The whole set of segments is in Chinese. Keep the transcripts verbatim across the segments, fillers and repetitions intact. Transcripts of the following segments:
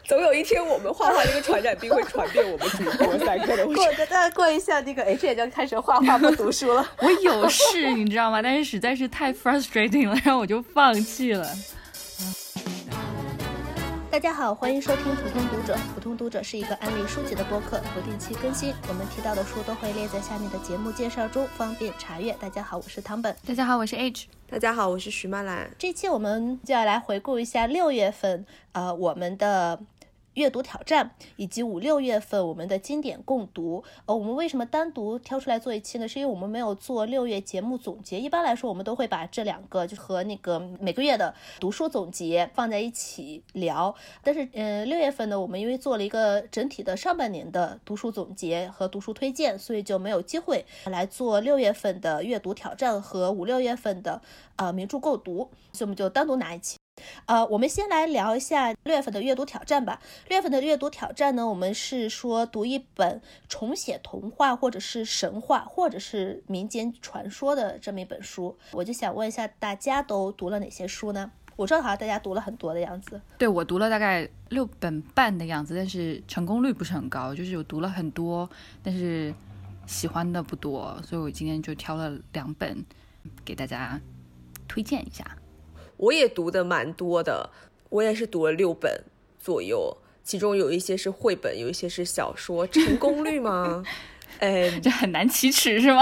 总有一天我们画画这个传染病会传遍我们主播三个的。 过再过一下那个 H 也就开始画画不读书了。 我有事你知道吗？但是实在是太 frustrating 了，然后我就放弃了。 大家好，欢迎收听普通读者。普通读者是一个安利书籍的播客，不定期更新。我们提到的书都会列在下面的节目介绍中，方便查阅。大家好，我是唐本。 大家好，我是 H。 大家好，我是徐曼兰。 这期我们就要来回顾一下六月份呃我们的阅读挑战，以及五六月份我们的经典共读。呃，我们为什么单独挑出来做一期呢？是因为我们没有做六月节目总结。一般来说，我们都会把这两个就和那个每个月的读书总结放在一起聊。但是，呃，六月份呢，我们因为做了一个整体的上半年的读书总结和读书推荐，所以就没有机会来做六月份的阅读挑战和五六月份的呃名著构读，所以我们就单独拿一期。呃，我们先来聊一下六月份的阅读挑战吧。六月份的阅读挑战呢，我们是说读一本重写童话或者是神话或者是民间传说的这么一本书。我就想问一下，大家都读了哪些书呢？我知道好像大家读了很多的样子。 对，我读了大概六本半的样子，但是成功率不是很高，就是我读了很多，但是喜欢的不多，所以我今天就挑了两本给大家推荐一下。 我也读的蛮多的，我也是读了六本左右，其中有一些是绘本，有一些是小说。成功率吗？嗯， 这很难启齿是吗？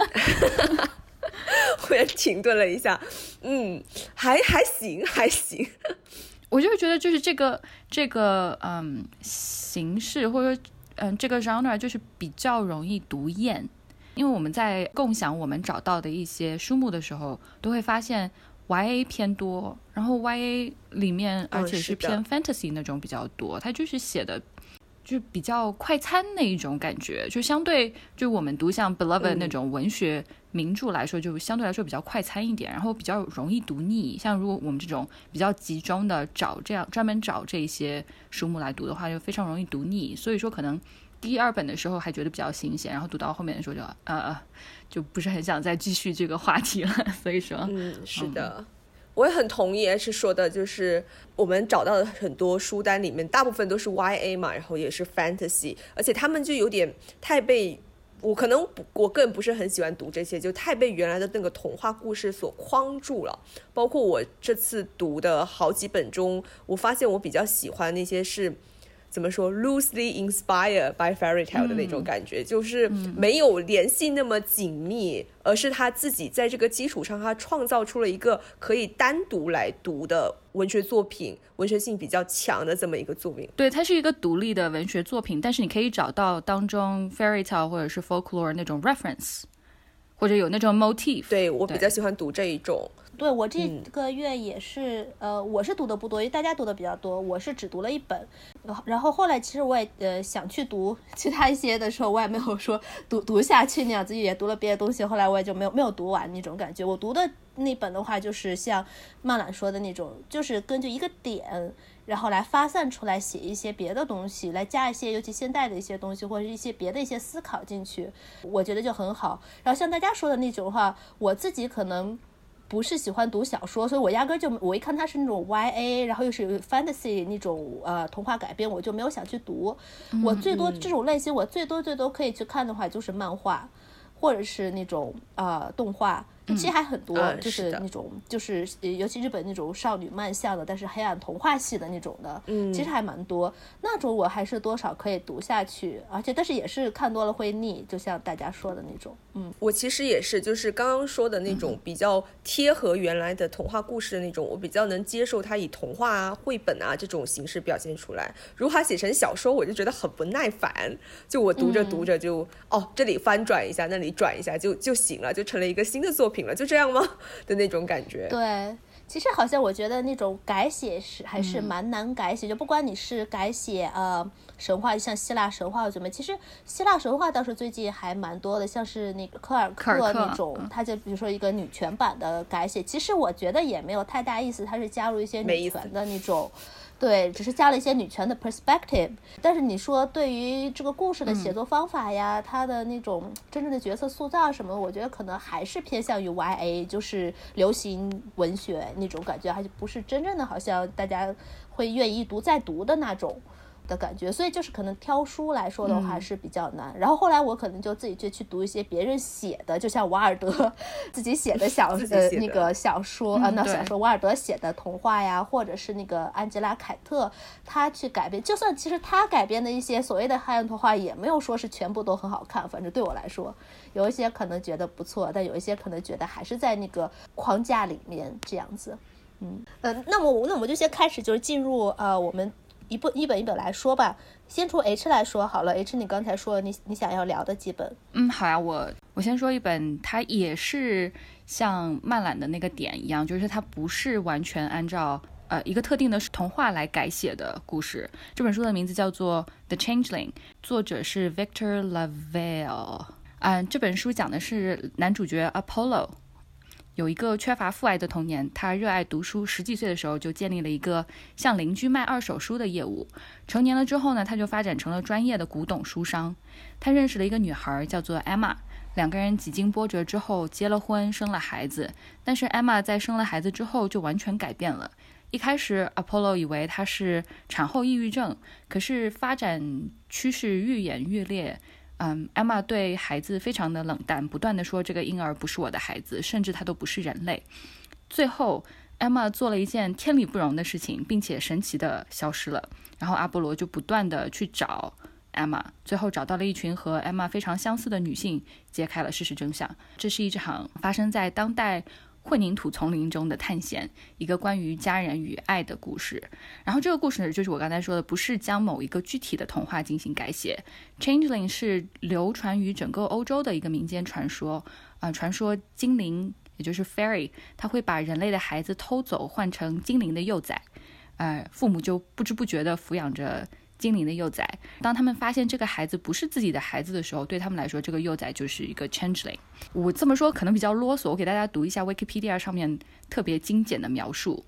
我也停顿了一下，嗯，还还行还行。 我就觉得就是这个这个嗯形式或者说嗯这个 genre 就是比较容易读厌，因为我们在共享我们找到的一些书目的时候，都会发现Y A 偏多，然后 Y A 里面而且是偏 fantasy 那种比较多，它就是写的就比较快餐那一种感觉，就相对就我们读像 Beloved 那种文学名著来说，就相对来说比较快餐一点，然后比较容易读腻。像如果我们这种比较集中的找这样专门找这些书目来读的话，就非常容易读腻。所以说可能第一二本的时候还觉得比较新鲜，然后读到后面的时候就呃就不是很想再继续这个话题了。所以说嗯是的、嗯、我也很同意 H 说的，就是我们找到的很多书单里面大部分都是 Y A 嘛，然后也是 fantasy， 而且他们就有点太被我可能我个人不是很喜欢读这些，就太被原来的那个童话故事所框住了。包括我这次读的好几本中，我发现我比较喜欢那些是怎么说 loosely inspired by fairy tale 的那种感觉、嗯、就是没有联系那么紧密、嗯、而是他自己在这个基础上他创造出了一个可以单独来读的文学作品，文学性比较强的这么一个作品。 对，它是一个独立的文学作品，但是你可以找到当中 fairy tale 或者是 folklore 那种 reference， 或者有那种 motif。 对，我比较喜欢读这一种。 对，我这个月也是、嗯、呃，我是读的不多，因为大家读的比较多，我是只读了一本。然后后来其实我也呃想去读其他一些的时候，我也没有说读读下去那样子，也读了别的东西，后来我也就没有没有读完那种感觉。我读的那本的话，就是像曼兰说的那种，就是根据一个点然后来发散出来写一些别的东西，来加一些尤其现代的一些东西或者是一些别的一些思考进去，我觉得就很好。然后像大家说的那种话，我自己可能不是喜欢读小说，所以我压根就我一看它是那种 Y A 然后又是 fantasy 那种呃童话改编，我就没有想去读。我最多这种类型我最多最多可以去看的话就是漫画或者是那种呃动画，其实还很多、嗯、就是那种、嗯、就是尤其日本那种少女漫向的但是黑暗童话系的那种的、嗯、其实还蛮多，那种我还是多少可以读下去，而且但是也是看多了会腻，就像大家说的那种。嗯， 我其实也是就是刚刚说的那种比较贴合原来的童话故事的那种、嗯、我比较能接受它以童话啊绘本啊这种形式表现出来。如果它写成小说我就觉得很不耐烦，就我读着读着就、嗯、哦这里翻转一下那里转一下就就行了，就成了一个新的作品了，就这样吗的那种感觉。 对，其实好像我觉得那种改写是还是蛮难改写、嗯、就不管你是改写呃神话，像希腊神话或怎么，其实希腊神话倒是最近还蛮多的，像是那个科尔克那种，他就比如说一个女权版的改写，其实我觉得也没有太大意思，他是加入一些女权的那种对，只是加了一些女权的 perspective。但是你说对于这个故事的写作方法呀，嗯、它的那种真正的角色塑造什么，我觉得可能还是偏向于 Y A， 就是流行文学那种感觉，还是不是真正的好像大家会愿意一读再读的那种的感觉。所以就是可能挑书来说的话是比较难、嗯、然后后来我可能就自己就去读一些别人写的，就像瓦尔德自己写的小的呃那个小说啊、嗯呃，那小说瓦尔德写的童话呀，或者是那个安吉拉凯特他去改编，就算其实他改编的一些所谓的汉童话也没有说是全部都很好看，反正对我来说有一些可能觉得不错，但有一些可能觉得还是在那个框架里面这样子。嗯呃，那么那我们就先开始就是进入呃我们一本一本一本来说吧，先从 H 来说好了。H 你刚才说你你想要聊的几本。 嗯，好呀，我我先说一本，它也是像漫懒的那个点一样，就是它不是完全按照呃一个特定的童话来改写的故事。这本书的名字叫做 The Changeling， 作者是 Victor LaValle。嗯，这本书讲的是男主角 Apollo有一个缺乏父爱的童年，他热爱读书，十几岁的时候就建立了一个向邻居卖二手书的业务。成年了之后呢，他就发展成了专业的古董书商。他认识了一个女孩叫做 Emma， 两个人几经波折之后结了婚，生了孩子。但是 Emma 在生了孩子之后就完全改变了。一开始 Apollo 以为她是产后抑郁症，可是发展趋势愈演愈烈。嗯 Emma 对孩子非常的冷淡，不断的说这个婴儿不是我的孩子，甚至他都不是人类。最后 Emma 做了一件天理不容的事情，并且神奇的消失了。然后阿波罗就不断的去找 Emma， 最后找到了一群和 Emma 非常相似的女性，揭开了事实真相。这是一场发生在当代混凝土丛林中的探险，一个关于家人与爱的故事。然后这个故事呢，就是我刚才说的，不是将某一个具体的童话进行改写。 Changeling 是流传于整个欧洲的一个民间传说、呃、传说精灵也就是 fairy 他会把人类的孩子偷走换成精灵的幼崽，呃，父母就不知不觉地抚养着精灵的幼崽。当他们发现这个孩子不是自己的孩子的时候，对他们来说这个幼崽就是一个 changeling。 我这么说可能比较啰嗦，我给大家读一下 Wikipedia 上面特别精简的描述。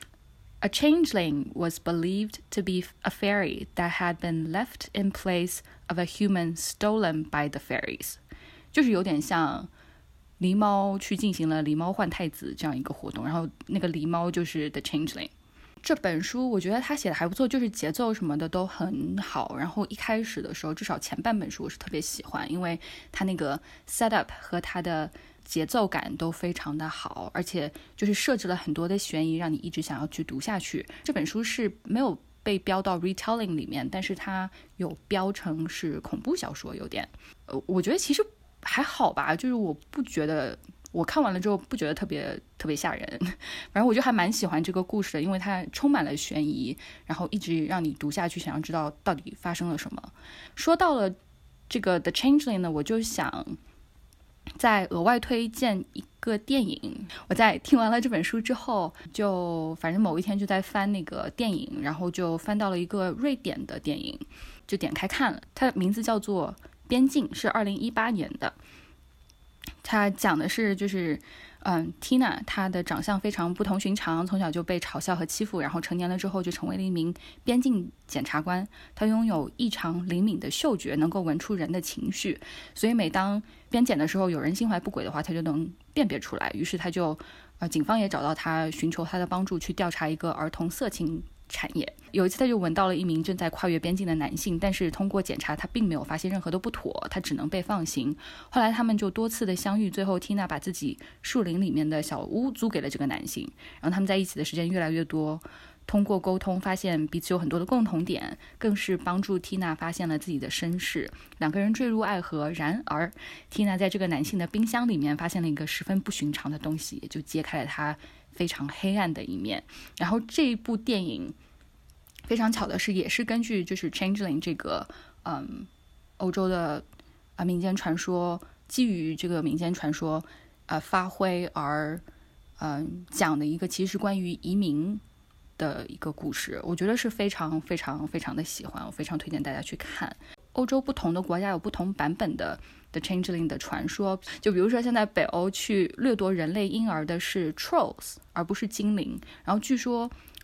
A changeling was believed to be a fairy that had been left in place of a human stolen by the fairies， 就是有点像狸猫去进行了狸猫换太子这样一个活动，然后那个狸猫就是 the changeling。这本书我觉得他写的还不错，就是节奏什么的都很好。然后一开始的时候，至少前半本书我是特别喜欢，因为他那个 setup 和他的节奏感都非常的好，而且就是设置了很多的悬疑，让你一直想要去读下去。这本书是没有被标到 retelling 里面，但是它有标成是恐怖小说，有点呃，我觉得其实还好吧，就是我不觉得，我看完了之后不觉得特别特别吓人，反正我就还蛮喜欢这个故事的，因为它充满了悬疑，然后一直让你读下去，想要知道到底发生了什么。说到了这个 The Changeling 呢，我就想再额外推荐一个电影。我在听完了这本书之后，就反正某一天就在翻那个电影，然后就翻到了一个瑞典的电影，就点开看了。它的名字叫做边境，是二零一八年的。它讲的是就是嗯 Tina 她的长相非常不同寻常，从小就被嘲笑和欺负，然后成年了之后就成为了一名边境检察官。她拥有异常灵敏的嗅觉，能够闻出人的情绪，所以每当边检的时候有人心怀不轨的话，她就能辨别出来。于是她就呃，警方也找到她，寻求她的帮助去调查一个儿童色情产业。有一次他就闻到了一名正在跨越边境的男性，但是通过检查他并没有发现任何的不妥，他只能被放行。后来他们就多次的相遇，最后 Tina 把自己树林里面的小屋租给了这个男性，然后他们在一起的时间越来越多，通过沟通发现彼此有很多的共同点，更是帮助 Tina 发现了自己的身世，两个人坠入爱河。然而 Tina 在这个男性的冰箱里面发现了一个十分不寻常的东西，就揭开了他非常黑暗的一面。然后这一部电影非常巧的是，也是根据就是 Changeling 这个嗯欧洲的啊民间传说，基于这个民间传说呃发挥而嗯讲的一个其实关于移民的一个故事。我觉得是非常非常非常的喜欢，我非常推荐大家去看。欧洲不同的国家有不同版本的 The Changeling 的传说，就比如说现在北欧去掠夺人类婴儿的是 Trolls 而不是精灵，然后据说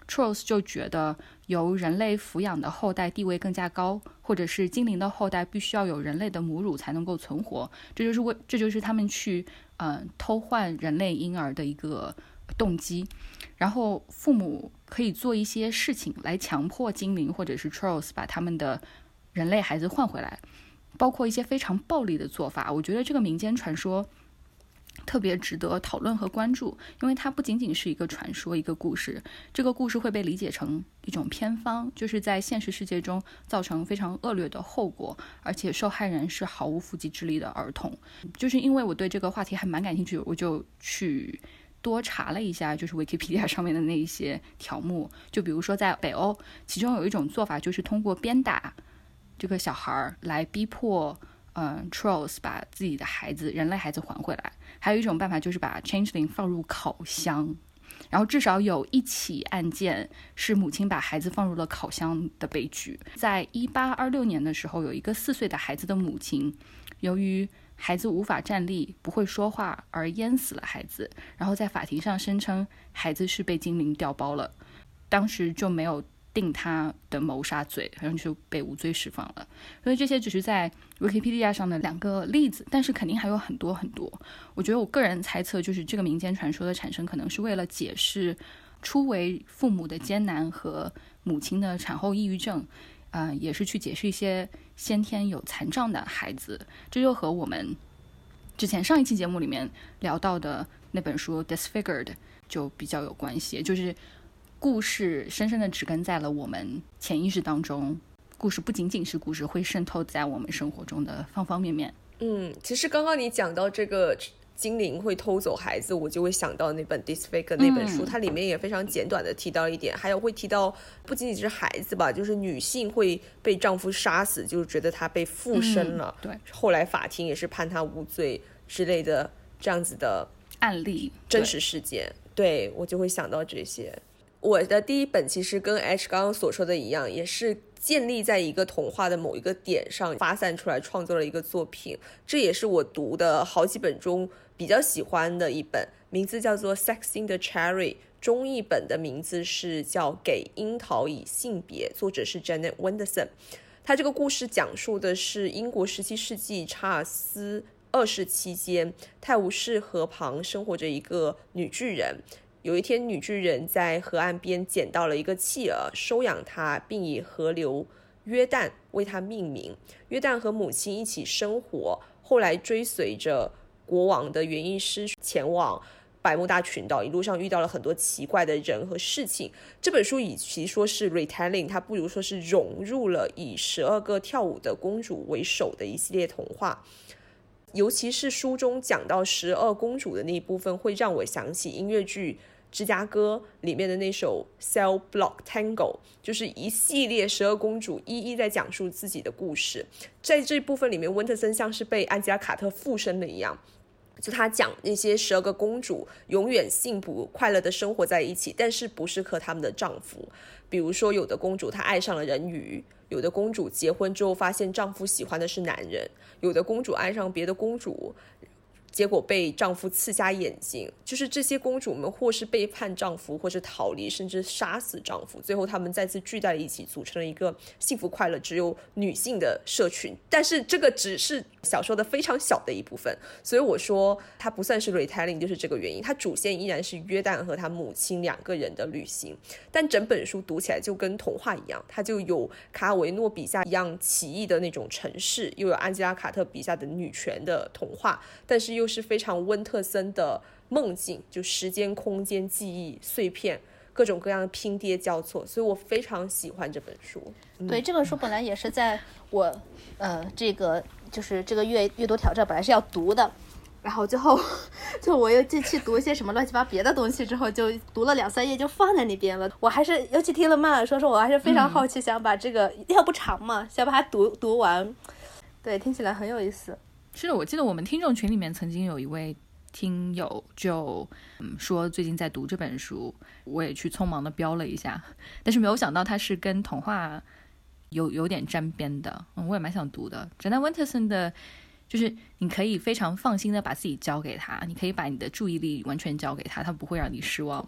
Charles 就觉得由人类抚养的后代地位更加高，或者是精灵的后代必须要有人类的母乳才能够存活，这就是为这就是他们去呃偷换人类婴儿的一个动机。然后父母可以做一些事情来强迫精灵或者是 Charles 把他们的人类孩子换回来，包括一些非常暴力的做法。我觉得这个民间传说特别值得讨论和关注，因为它不仅仅是一个传说一个故事，这个故事会被理解成一种偏方，就是在现实世界中造成非常恶劣的后果，而且受害人是毫无缚鸡之力的儿童。就是因为我对这个话题还蛮感兴趣，我就去多查了一下就是 Wikipedia 上面的那一些条目。就比如说在北欧，其中有一种做法就是通过鞭打这个小孩来逼迫嗯 Trolls 把自己的孩子人类孩子还回来。还有一种办法就是把 Changeling 放入烤箱，然后至少有一起案件是母亲把孩子放入了烤箱的悲剧。在一八二六年的时候，有一个四岁的孩子的母亲由于孩子无法站立不会说话而淹死了孩子，然后在法庭上声称孩子是被精灵调包了，当时就没有定他的谋杀罪，好像就被无罪释放了。所以这些只是在 Wikipedia 上的两个例子，但是肯定还有很多很多。我觉得我个人猜测，就是这个民间传说的产生可能是为了解释初为父母的艰难和母亲的产后抑郁症，呃，也是去解释一些先天有残障的孩子。这就和我们之前上一期节目里面聊到的那本书 Disfigured 就比较有关系，就是故事深深的植根在了我们潜意识当中，故事不仅仅是故事，会渗透在我们生活中的方方面面。 嗯，其实刚刚你讲到这个精灵会偷走孩子，我就会想到那本 Disfigured 那本书、嗯、它里面也非常简短的提到一点，还有会提到不仅仅是孩子吧，就是女性会被丈夫杀死，就是觉得她被附身了、 嗯、对， 后来法庭也是判她无罪之类的这样子的案例真实事件。 对, 对我就会想到这些。我的第一本其实跟 H 刚刚所说的一样，也是建立在一个童话的某一个点上发散出来创作了一个作品，这也是我读的好几本中比较喜欢的一本，名字叫做 Sex in the Cherry， 中译本的名字是叫给樱桃以性别，作者是 Janet Wenderson。 他这个故事讲述的是英国十七世纪查尔斯二世期间，泰晤士河旁生活着一个女巨人。有一天，女巨人在河岸边捡到了一个企鹅，收养它，并以河流约旦为它命名。约旦和母亲一起生活，后来追随着国王的园艺师前往百慕大群岛，一路上遇到了很多奇怪的人和事情。这本书与其说是 retelling， 它不如说是融入了以十二个跳舞的公主为首的一系列童话。尤其是书中讲到十二公主的那一部分，会让我想起音乐剧芝加哥里面的那首 Cell Block Tango， 就是一系列十二公主一一在讲述自己的故事。在这部分里面，温特森像是被安吉拉卡特附身了一样，就他讲那些十二个公主永远幸福快乐的生活在一起，但是不是和他们的丈夫。比如说有的公主她爱上了人鱼，有的公主结婚之后发现丈夫喜欢的是男人，有的公主爱上别的公主，结果被丈夫刺瞎眼睛。就是这些公主们或是背叛丈夫，或是逃离，甚至杀死丈夫，最后她们再次聚在了一起，组成了一个幸福快乐只有女性的社群。但是这个只是小说的非常小的一部分，所以我说它不算是 retelling， 就是这个原因。它主线依然是约旦和他母亲两个人的旅行，但整本书读起来就跟童话一样，它就有卡维诺笔下一样奇异的那种城市，又有安吉拉卡特笔下的女权的童话，但是又是非常温特森的梦境，就时间空间记忆碎片各种各样的拼叠交错，所以我非常喜欢这本书、嗯、 对，这本书本来也是在我呃这个就是这个阅阅读挑战本来是要读的，然后最后就我又进去读一些什么乱七八别的东西之后，就读了两三页就放在那边了。我还是尤其听了曼尔说说，我还是非常好奇、嗯、想把这个要不长嘛，想把它读读完。对，听起来很有意思。 是的，我记得我们听众群里面曾经有一位听友就、嗯、说最近在读这本书，我也去匆忙的标了一下，但是没有想到它是跟童话有有点沾边的、嗯、我也蛮想读的。珍娜温特森的就是你可以非常放心的把自己交给他，你可以把你的注意力完全交给他，他不会让你失望的。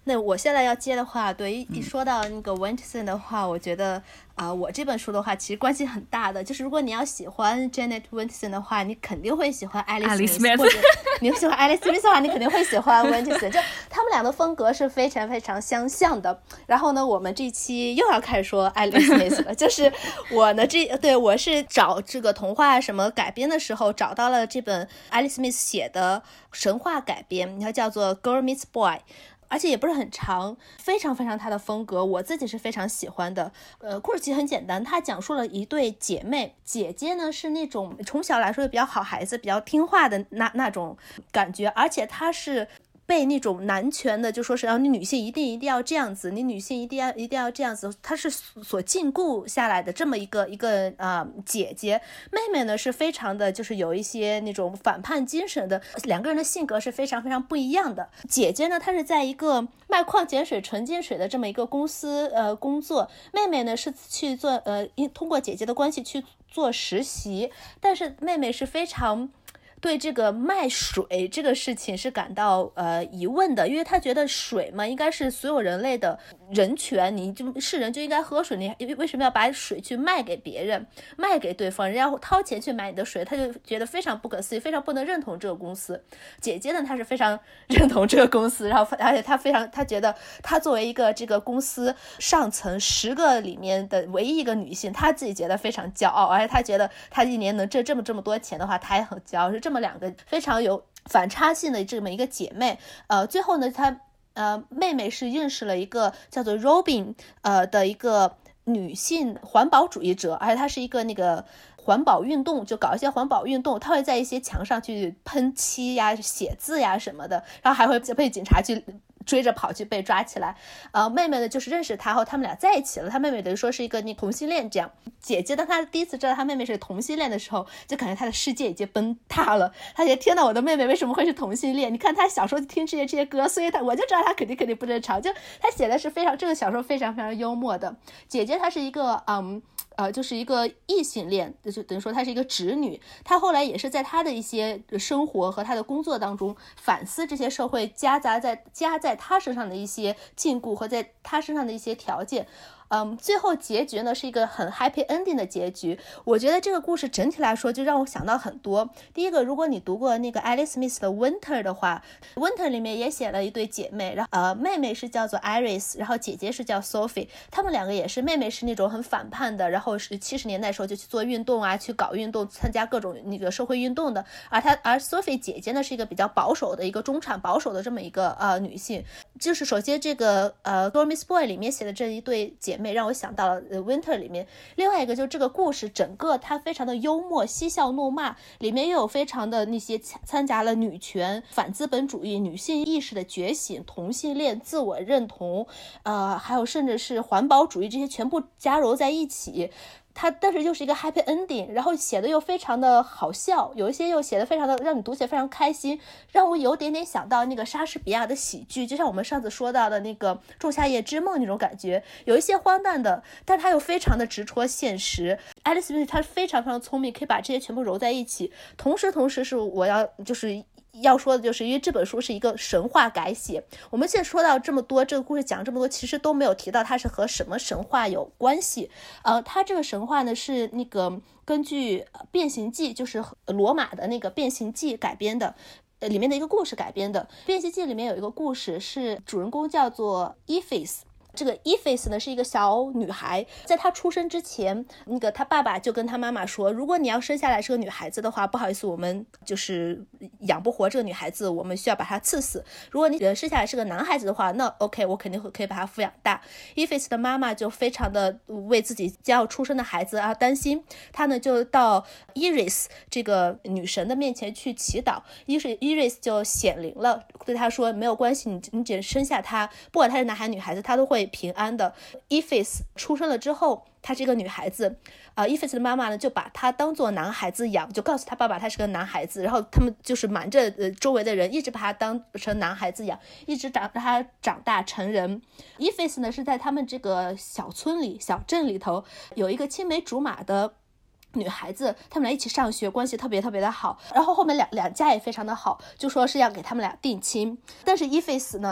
那我现在要接的话，对，一一说到那个 Winterson 的话，我觉得啊、呃，我这本书的话其实关系很大的，就是如果你要喜欢 Janet Winterson 的话，你肯定会喜欢 Alice Smith， 或者你喜欢 Alice Smith 的话，你肯定会喜欢 Winterson， 就他们俩的风格是非常非常相像的。然后呢，我们这期又要开始说 Alice Smith 了，就是我呢这对我是找这个童话什么改编的时候，找到了这本 Alice Smith 写的神话改编，它叫做 Girl Meets Boy。而且也不是很长，非常非常他的风格，我自己是非常喜欢的。呃，故事其实很简单，他讲述了一对姐妹，姐姐呢是那种从小来说比较好孩子，比较听话的那那种感觉，而且她是被那种男权的就说是让、啊、你女性一定一定要这样子，你女性一定要一定要这样子，她是所禁锢下来的这么一个一个呃姐姐。妹妹呢是非常的就是有一些那种反叛精神的，两个人的性格是非常非常不一样的。姐姐呢她是在一个卖矿泉水纯净水的这么一个公司呃工作，妹妹呢是去做呃通过姐姐的关系去做实习，但是妹妹是非常对这个卖水这个事情是感到呃疑问的，因为他觉得水嘛应该是所有人类的人权，你就是人就应该喝水，你为什么要把水去卖给别人，卖给对方，人家掏钱去买你的水，他就觉得非常不可思议，非常不能认同这个公司。姐姐呢，她是非常认同这个公司，然后而且她非常，她觉得她作为一个这个公司上层十个里面的唯一一个女性，她自己觉得非常骄傲，而且她觉得她一年能挣这么这么多钱的话，她也很骄傲，是这么两个非常有反差性的这么一个姐妹。呃，最后呢，她呃妹妹是认识了一个叫做 Robin 呃的一个女性环保主义者，而且她是一个那个环保运动，就搞一些环保运动，她会在一些墙上去喷漆呀、写字呀什么的，然后还会被警察去追着跑去被抓起来。呃，妹妹呢就是认识他后，他们俩在一起了。他妹妹等于说是一个那同性恋这样。姐姐当她第一次知道她妹妹是同性恋的时候，就感觉她的世界已经崩塌了。她觉得天哪，我的妹妹为什么会是同性恋？你看她小时候听这些这些歌，所以她我就知道她肯定肯定不正常。就她写的是非常这个小说非常非常幽默的。姐姐她是一个嗯。呃，就是一个异性恋，就等于说她是一个直女。她后来也是在她的一些生活和她的工作当中反思这些社会夹杂在加在她身上的一些禁锢和在她身上的一些条件。嗯，最后结局呢是一个很 happy ending 的结局。我觉得这个故事整体来说就让我想到很多。第一个，如果你读过那个 Alice Smith 的 Winter 的话， Winter 里面也写了一对姐妹，然后呃妹妹是叫做 Iris， 然后姐姐是叫 Sophie， 她们两个也是，妹妹是那种很反叛的，然后是七十年代的时候就去做运动啊，去搞运动，参加各种那个社会运动的。而她而 Sophie 姐姐呢是一个比较保守的一个中产保守的这么一个呃女性。就是首先这个呃 Girl Meets Boy 里面写的这一对姐妹让我想到了 Winter 里面。另外一个就是这个故事整个它非常的幽默，嬉笑怒骂，里面又有非常的那些掺杂了女权、反资本主义、女性意识的觉醒、同性恋、自我认同，呃，还有甚至是环保主义，这些全部加糅在一起。它但是又是一个 happy ending， 然后写的又非常的好笑，有一些又写的非常的让你读起来非常开心，让我有点点想到那个莎士比亚的喜剧，就像我们上次说到的那个仲夏夜之梦那种感觉，有一些荒诞的，但它又非常的直戳现实。Alice Smith 她非常非常聪明，可以把这些全部揉在一起。同时同时是我要就是要说的就是因为这本书是一个神话改写，我们现在说到这么多，这个故事讲这么多，其实都没有提到它是和什么神话有关系。呃，它这个神话呢是那个根据变形记，就是罗马的那个变形记改编的，呃，里面的一个故事改编的。变形记里面有一个故事是主人公叫做 Ephes。这个 Ephes 呢是一个小女孩，在她出生之前，那个她爸爸就跟她妈妈说，如果你要生下来是个女孩子的话，不好意思，我们就是养不活这个女孩子，我们需要把她赐死。如果你生下来是个男孩子的话，那 OK， 我肯定会可以把她抚养大。Ephes 的妈妈就非常的为自己将要出生的孩子而担心，她呢就到 Iris 这个女神的面前去祈祷， Iris 就显灵了，对她说没有关系，你你只生下她，不管她是男孩女孩子，她都会平安的。 Ephes 出生了之后，她是一个女孩子，呃 Ephes 的妈妈呢就把她当做男孩子养，就告诉她爸爸她是个男孩子，然后他们就是瞒着呃周围的人，一直把她当成男孩子养，一直长让她长大成人。Ephes 呢是在他们这个小村里小镇里头有一个青梅竹马的女孩子，他们俩一起上学，关系特别特别的好，然后后面两两家也非常的好，就说是要给他们俩定亲。但是 Ephes 呢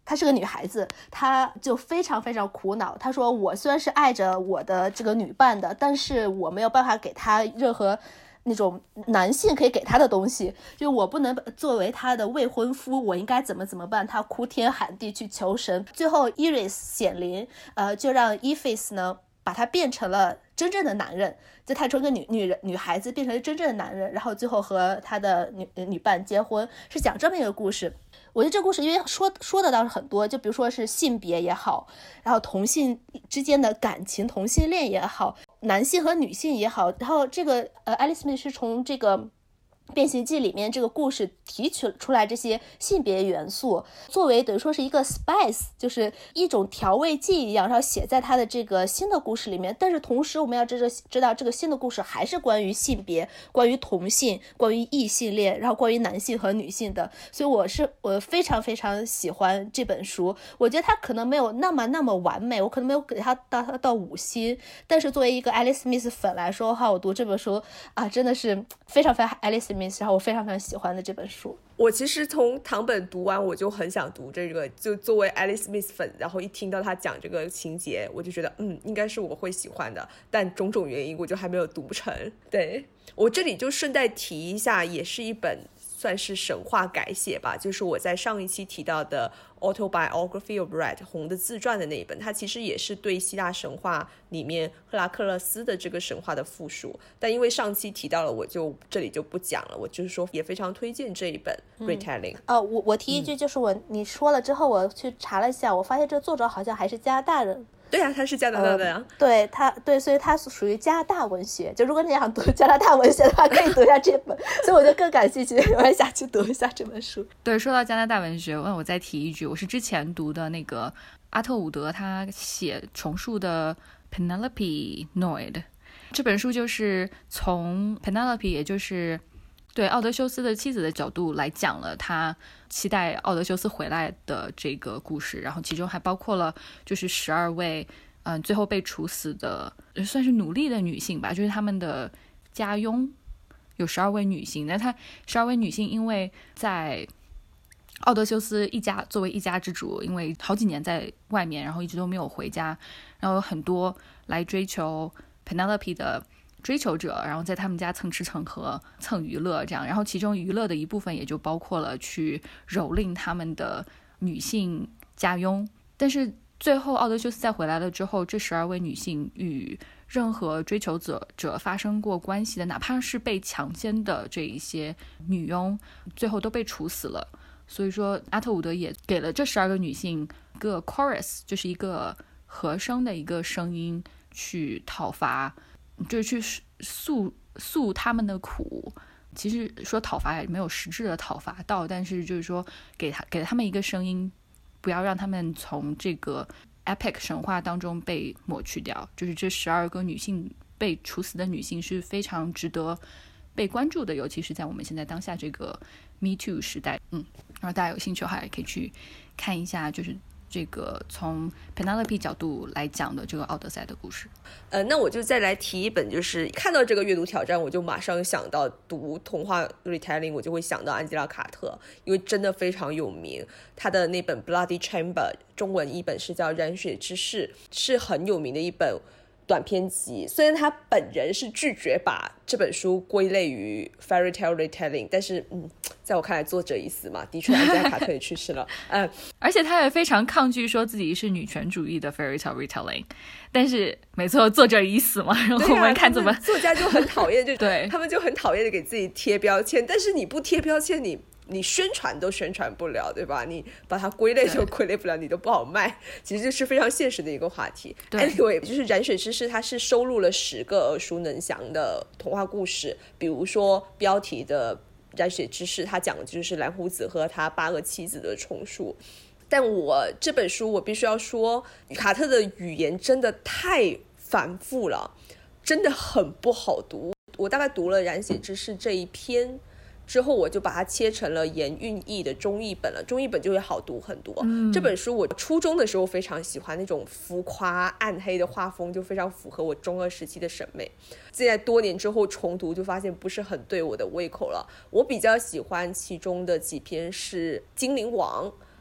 她是个女孩子，她就非常非常苦恼。她说我虽然是爱着我的这个女伴的，但是我没有办法给她任何那种男性可以给她的东西，就我不能作为她的未婚夫，我应该怎么怎么办。她哭天喊地去求神，最后 Iris 显灵，呃，就让 Ephes 呢把他变成了真正的男人，就他从一个女女人女孩子变成了真正的男人，然后最后和他的女女伴结婚，是讲这么一个故事。我觉得这故事因为说说的倒是很多，就比如说是性别也好，然后同性之间的感情，同性恋也好，男性和女性也好，然后这个呃爱丽丝密是从这个变形记里面这个故事提取出来这些性别元素，作为等于说是一个 spice， 就是一种调味剂一样，然后写在他的这个新的故事里面。但是同时我们要知道知道这个新的故事还是关于性别，关于同性，关于异性恋，然后关于男性和女性的。所以我是我非常非常喜欢这本书。我觉得它可能没有那么那么完美，我可能没有给它到到五星，但是作为一个爱丽丝密斯粉来说的话，我读这本书啊，真的是非常非常爱丽丝，然后我非常非常喜欢的这本书。 我其实从堂本读完我就很想读这个，就作为 Alice Smith 粉，然后一听到他讲这个情节我就觉得嗯应该是我会喜欢的，但种种原因我就还没有读成。对，我这里就顺带提一下，也是一本算是神话改写吧，就是我在上一期提到的 Autobiography of Red 红的自传的那一本，它其实也是对希腊神话里面赫拉克勒斯的这个神话的复述，但因为上期提到了我就这里就不讲了，我就是说也非常推荐这一本 Retelling、 嗯呃、我我提一句，就是我、嗯、你说了之后我去查了一下，我发现这个作者好像还是加拿大人。 对啊，他是加拿大的呀、 呃、对他对，所以他属于加拿大文学，就如果你想读加拿大文学的话可以读一下这本所以我就更感兴趣，我也想去读一下这本书。 对，说到加拿大文学，那我再提一句，我是之前读的那个阿特伍德他写重述的 Penelope Noyd 这本书，就是从 Penelope 也就是对奥德修斯的妻子的角度来讲了他期待奥德修斯回来的这个故事，然后其中还包括了就是十二位嗯，最后被处死的算是奴隶的女性吧，就是他们的家佣有十二位女性，那他十二位女性因为在奥德修斯一家作为一家之主，因为好几年在外面，然后一直都没有回家，然后有很多来追求 Penelope 的追求者，然后在他们家蹭吃蹭喝蹭娱乐这样，然后其中娱乐的一部分也就包括了去蹂躏他们的女性家佣。但是最后奥德修斯再回来了之后，这十二位女性与任何追求者者发生过关系的，哪怕是被强奸的这一些女佣，最后都被处死了。所以说阿特伍德也给了这十二个女性一个 chorus， 就是一个和声的一个声音去讨伐，就是去诉诉他们的苦。其实说讨伐也没有实质的讨伐到，但是就是说给他给他们一个声音，不要让他们从这个 epic 神话当中被抹去掉。就是这十二个女性被处死的女性是非常值得被关注的，尤其是在我们现在当下这个 Me Too 时代。嗯，然后大家有兴趣的话也可以去看一下，就是这个从 Penelope 角度来讲的这个奥德赛的故事。 呃，那我就再来提一本，就是看到这个阅读挑战我就马上想到读童话 Retelling， 我就会想到安吉拉卡特，因为真的非常有名。他的那本 Bloody Chamber 中文译本是叫染血之室，是很有名的一本短篇集。虽然他本人是拒绝把这本书归类于 Fairy Tale Retelling， 但是嗯，在我看来作者已死嘛，的确安吉拉卡特也去世了。嗯， 而且他也非常抗拒说自己是女权主义的 Fairy Tale Retelling， 但是没错，作者已死嘛，然后我们看怎么、 啊、作家就很讨厌就对， 他们就很讨厌的给自己贴标签，但是你不贴标签，你你宣传都宣传不了，对吧？你把它归类就归类不了，你都不好卖，其实就是非常现实的一个话题。Anyway， 就是染血之室，它是收录了十个耳熟能详的童话故事，比如说标题的染血之室，它讲的就是蓝胡子和他八个妻子的重述。但我这本书我必须要说，卡特的语言真的太繁复了，真的很不好读。我大概读了染血之室这一篇之后，我就把它切成了颜韵译的中译本了，中译本就会好读很多、嗯、这本书我初中的时候非常喜欢，那种浮夸暗黑的画风就非常符合我中二时期的审美，现在多年之后重读就发现不是很对我的胃口了。我比较喜欢其中的几篇是精灵王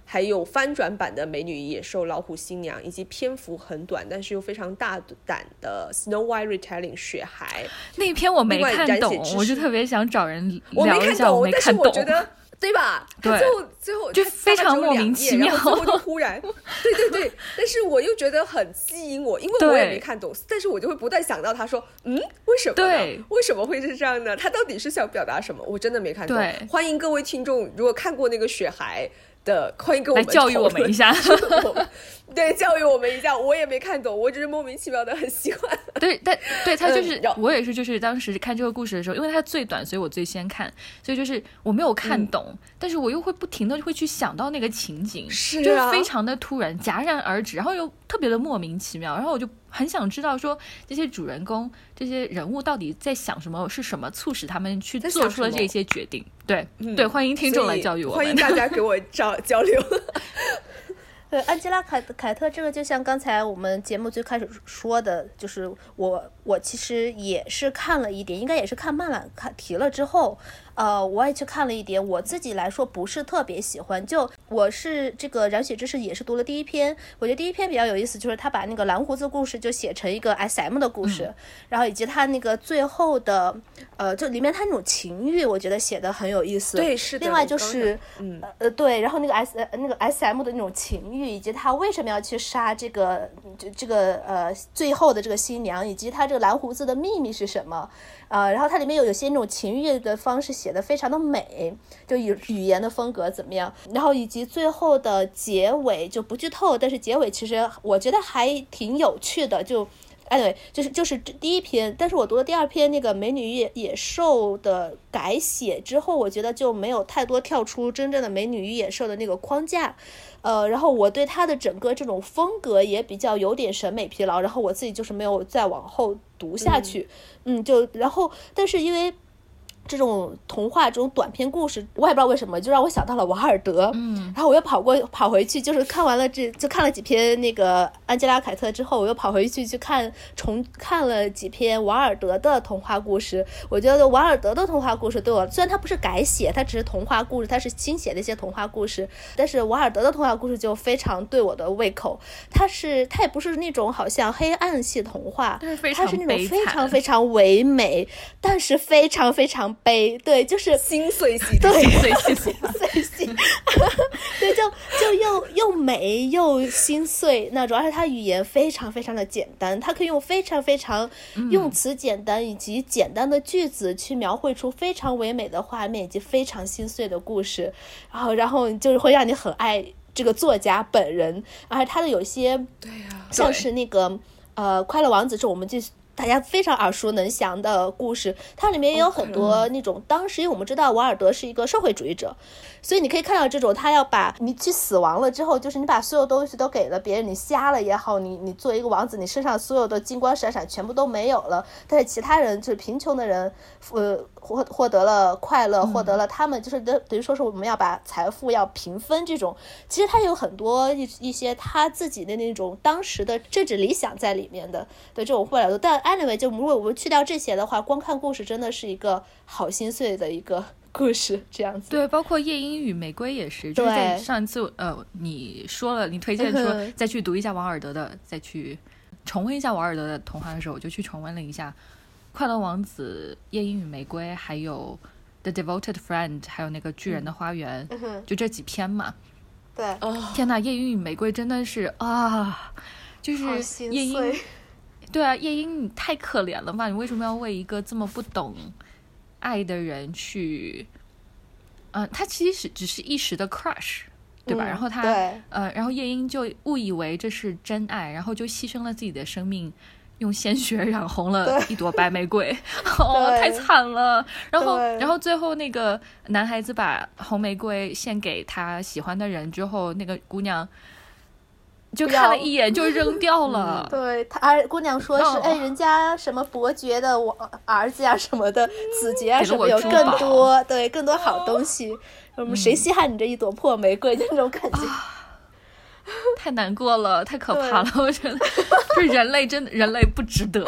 还有翻转版的《美女与野兽》老虎新娘，以及篇幅很短但是又非常大胆的 Snow White Retelling 雪孩。 那一篇我没看懂，我就特别想找人聊一下。 我没看懂，但是我我没看懂觉得对吧？ 对， 最后最后就非常莫名其妙， 然后最后就忽然，对对对，但是我又觉得很吸引我，因为我也没看懂，但是我就会不断想到他说，嗯，为什么呢？ 对， 为什么会是这样呢？他到底是想表达什么？我真的没看懂。 对， 欢迎各位听众，如果看过那个雪孩的，欢迎跟我们来教育我们一下。 对，教育我们一下，我也没看懂，我只是莫名其妙的很喜欢。 对，但对他就是、 嗯、 我也是，就是当时看这个故事的时候，因为它最短，所以我最先看，所以就是我没有看懂，嗯、但是我又会不停的会去想到那个情景， 是、啊、 就是非常的突然，戛然而止，然后又特别的莫名其妙，然后我就很想知道说这些主人公、这些人物到底在想什么，是什么促使他们去做出了这些决定？对、嗯、对，欢迎听众来教育我们， 欢迎大家给我交交流。 对，安吉拉凯凯特这个就像刚才我们节目最开始说的，就是我我其实也是看了一点，应该也是看漫览看提了之后，呃，我也去看了一点，我自己来说不是特别喜欢。就我是这个染血之士也是读了第一篇，我觉得第一篇比较有意思，就是他把那个蓝胡子故事就写成一个 S M 的故事，嗯、然后以及他那个最后的呃，就里面他那种情欲，我觉得写的很有意思。 对，是的。 另外就是嗯呃对，然后那个 S 那个 S M 的那种情欲。以及他为什么要去杀这个这这个呃最后的这个新娘，以及他这个蓝胡子的秘密是什么？呃，然后它里面有有些那种情欲的方式写得非常的美，就语语言的风格怎么样？然后以及最后的结尾就不剧透，但是结尾其实我觉得还挺有趣的，就。哎，对，就是就是第一篇，但是我读了第二篇那个《美女与野兽》的改写之后，我觉得就没有太多跳出真正的《美女与野兽》的那个框架，呃，然后我对它的整个这种风格也比较有点审美疲劳，然后我自己就是没有再往后读下去，嗯，嗯就然后但是因为。这种童话这种短篇故事，我也不知道为什么就让我想到了瓦尔德，嗯，然后我又跑过跑回去，就是看完了这就看了几篇那个安吉拉凯特之后，我又跑回去去看重看了几篇瓦尔德的童话故事。我觉得瓦尔德的童话故事对我，虽然它不是改写，它只是童话故事，它是新写的一些童话故事，但是瓦尔德的童话故事就非常对我的胃口。它是它也不是那种好像黑暗系童话，它是那种非常非常唯美，但是非常非常悲，对，就是心碎系， 对， 心碎系， 心碎系，对，就就又又美又心碎那种，而且它语言非常非常的简单，它可以用非常非常用词简单以及简单的句子去描绘出非常唯美的画面以及非常心碎的故事，然后然后就是会让你很爱这个作家本人，而他的有些对呀， 像是那个呃快乐王子，是我们就大家非常耳熟能详的故事，它里面也有很多那种、嗯、当时因为我们知道瓦尔德是一个社会主义者，所以你可以看到这种他要把你去死亡了之后，就是你把所有东西都给了别人，你瞎了也好，你你作为一个王子，你身上所有的金光闪闪全部都没有了，但是其他人就是贫穷的人呃获获得了快乐，获得了他们就是等于说是我们要把财富要平分，这种其实他有很多一一些他自己的那种当时的政治理想在里面的，对这种后来的，但anyway 就如果我们去掉这些的话，光看故事真的是一个好心碎的一个故事这样子。 对，包括夜莺与玫瑰也是，就是在上一次呃你说了你推荐说再去读一下王尔德的，再去重温一下王尔德的童话的时候，我就去重温了一下快乐王子、夜莺与玫瑰，还有 The Devoted Friend， 还有那个巨人的花园、嗯、就这几篇嘛。 对， 天哪，夜莺与玫瑰真的是啊，就是夜莺，对啊，夜莺你太可怜了吧，你为什么要为一个这么不懂爱的人去嗯、呃，他其实只是一时的 crush 对吧、嗯、然后他呃，然后夜莺就误以为这是真爱，然后就牺牲了自己的生命，用鲜血染红了一朵白玫瑰哦，太惨了。然后然后最后那个男孩子把红玫瑰献给他喜欢的人之后，那个姑娘就看了一眼就扔掉了、 嗯、对，他姑娘说是、哦、哎，人家什么伯爵的我儿子呀、啊、什么的子爵啊什么有更多对更多好东西、哦、我谁稀罕你这一朵破玫瑰、嗯、那种感觉、啊、 太难过了，太可怕了，我觉得这人类真的人类不值得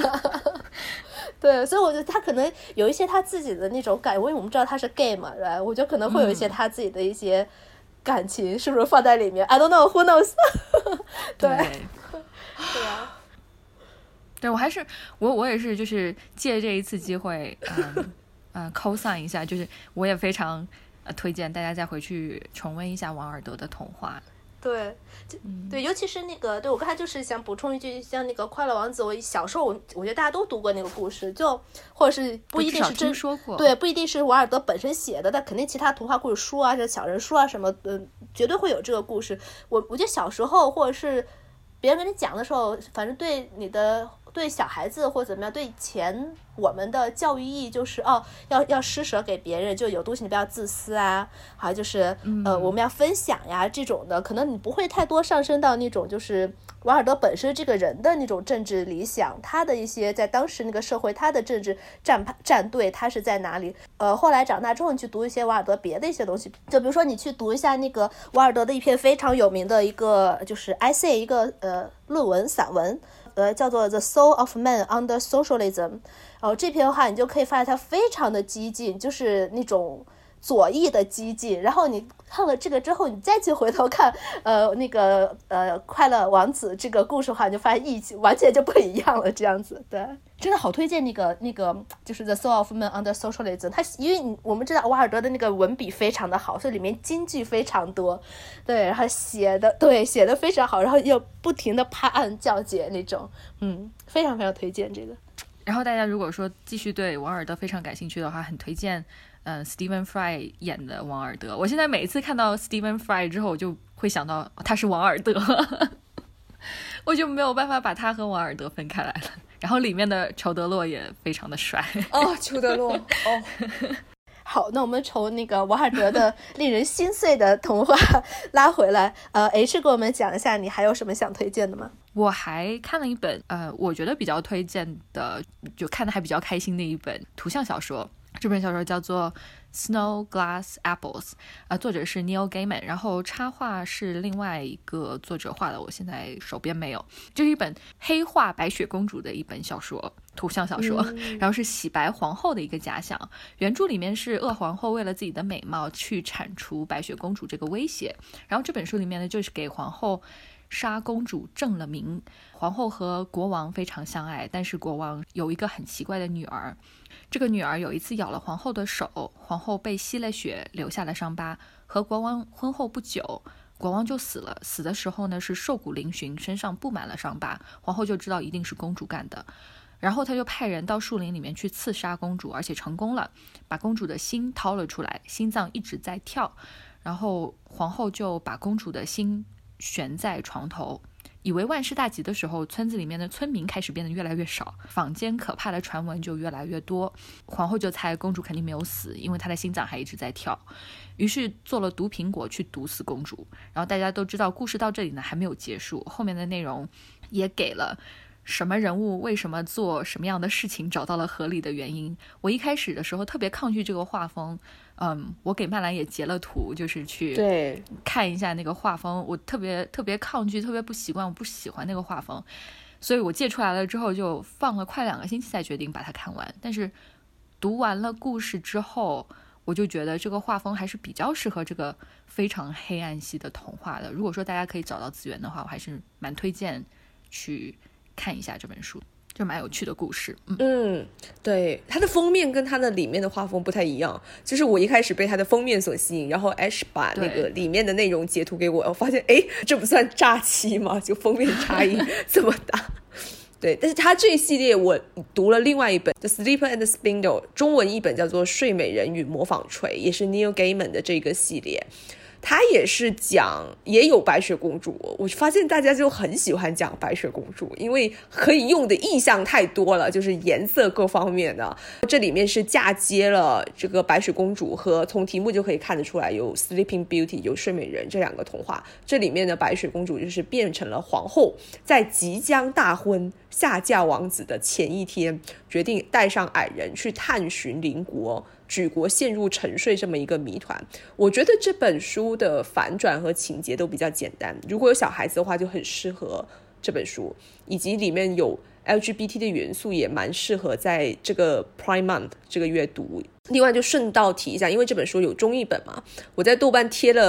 对，所以我觉得他可能有一些他自己的那种感，因为我们知道他是 gay 嘛，我觉得可能会有一些他自己的一些、 感情是不是放在里面 I don't know who knows 对对啊，对我还是我我也是就是借这一次机会嗯嗯 cosign 一下，就是我也非常、呃、推荐大家再回去重温一下王尔德的童话。 对，对，尤其是那个，对我刚才就是想补充一句，像那个《快乐王子》，我小时候我我觉得大家都读过那个故事，就或者是不一定是真说过， 对，不一定是王尔德本身写的，但肯定其他童话故事书啊，这小人书啊什么，嗯、呃，绝对会有这个故事。我我觉得小时候或者是别人跟你讲的时候，反正对你的对小孩子或怎么样，对以前我们的教育意义就是哦，要要施舍给别人，就有东西你不要自私啊，还有就是、嗯、呃我们要分享呀这种的，可能你不会太多上升到那种就是王尔德本身这个人的那种政治理想，他的一些在当时那个社会他的政治站站队他是在哪里。呃，后来长大之后你去读一些王尔德别的一些东西，就比如说你去读一下那个王尔德的一篇非常有名的一个就是 essay 一个呃论文散文。呃，叫做 The Soul of Man Under Socialism， 然后这篇的话，你就可以发现它非常的激进，就是那种左翼的激进。然后你看了这个之后，你再去回头看，呃，那个呃，快乐王子这个故事的话，你就发现意境完全就不一样了，这样子。对，真的好推荐那个那个，就是 The Soul of Man Under Socialism。它因为我们知道瓦尔德的那个文笔非常的好，所以里面金句非常多，对，然后写的对写的非常好，然后又不停的拍案叫绝那种，嗯，非常非常推荐这个。 然后大家如果说继续对王尔德非常感兴趣的话，很推荐嗯 Stephen Fry 演的王尔德。我现在每一次看到 Stephen Fry 之后，我就会想到、哦、他是王尔德我就没有办法把他和王尔德分开来了。然后里面的裘德洛也非常的帅哦，裘德洛哦。 好，那我们从那个王尔德的令人心碎的童话拉回来，呃 H 给我们讲一下你还有什么想推荐的吗？ 我还看了一本呃，我觉得比较推荐的，就看的还比较开心的一本图像小说。这本小说叫做 Snow Glass Apples， 呃，作者是 Neil Gaiman， 然后插画是另外一个作者画的，我现在手边没有。这是一本黑化白雪公主的一本小说，图像小说、嗯、然后是洗白皇后的一个假想。原著里面是鄂皇后为了自己的美貌去铲除白雪公主这个威胁，然后这本书里面呢就是给皇后杀公主正了名。皇后和国王非常相爱，但是国王有一个很奇怪的女儿，这个女儿有一次咬了皇后的手，皇后被吸了血留下了伤疤，和国王婚后不久国王就死了，死的时候呢是瘦骨嶙峋，身上布满了伤疤，皇后就知道一定是公主干的，然后他就派人到树林里面去刺杀公主，而且成功了，把公主的心掏了出来，心脏一直在跳，然后皇后就把公主的心悬在床头，以为万事大吉的时候，村子里面的村民开始变得越来越少，坊间可怕的传闻就越来越多。皇后就猜公主肯定没有死，因为她的心脏还一直在跳，于是做了毒苹果去毒死公主。然后大家都知道故事到这里呢还没有结束，后面的内容也给了什么人物为什么做什么样的事情找到了合理的原因。我一开始的时候特别抗拒这个画风，嗯，我给曼兰也截了图，就是去对看一下那个画风，我特别特别抗拒，特别不习惯，我不喜欢那个画风，所以我借出来了之后就放了快两个星期才决定把它看完。但是读完了故事之后，我就觉得这个画风还是比较适合这个非常黑暗系的童话的。如果说大家可以找到资源的话，我还是蛮推荐去看一下这本书，就蛮有趣的故事。 嗯, 嗯对，它的封面跟它的里面的画风不太一样，就是我一开始被它的封面所吸引，然后 Ash 把那个里面的内容截图给我，我发现哎，这不算诈欺吗？就封面差异这么大对，但是它这一系列我读了另外一本 The Sleeper and the Spindle， 中文译本叫做睡美人与魔纺锤，也是 Neil Gaiman 的这个系列。他也是讲也有白雪公主，我发现大家就很喜欢讲白雪公主，因为可以用的意象太多了，就是颜色各方面的。这里面是嫁接了这个白雪公主和从题目就可以看得出来有 Sleeping Beauty 有睡美人这两个童话。这里面的白雪公主就是变成了皇后，在即将大婚下嫁王子的前一天，决定带上矮人去探寻邻国，举国陷入沉睡这么一个谜团。我觉得这本书的反转和情节都比较简单，如果有小孩子的话就很适合这本书，以及里面有 L G B T 的元素也蛮适合在这个 Prime Month 这个月读。另外就顺道提一下，因为这本书有中译本嘛，我在豆瓣贴了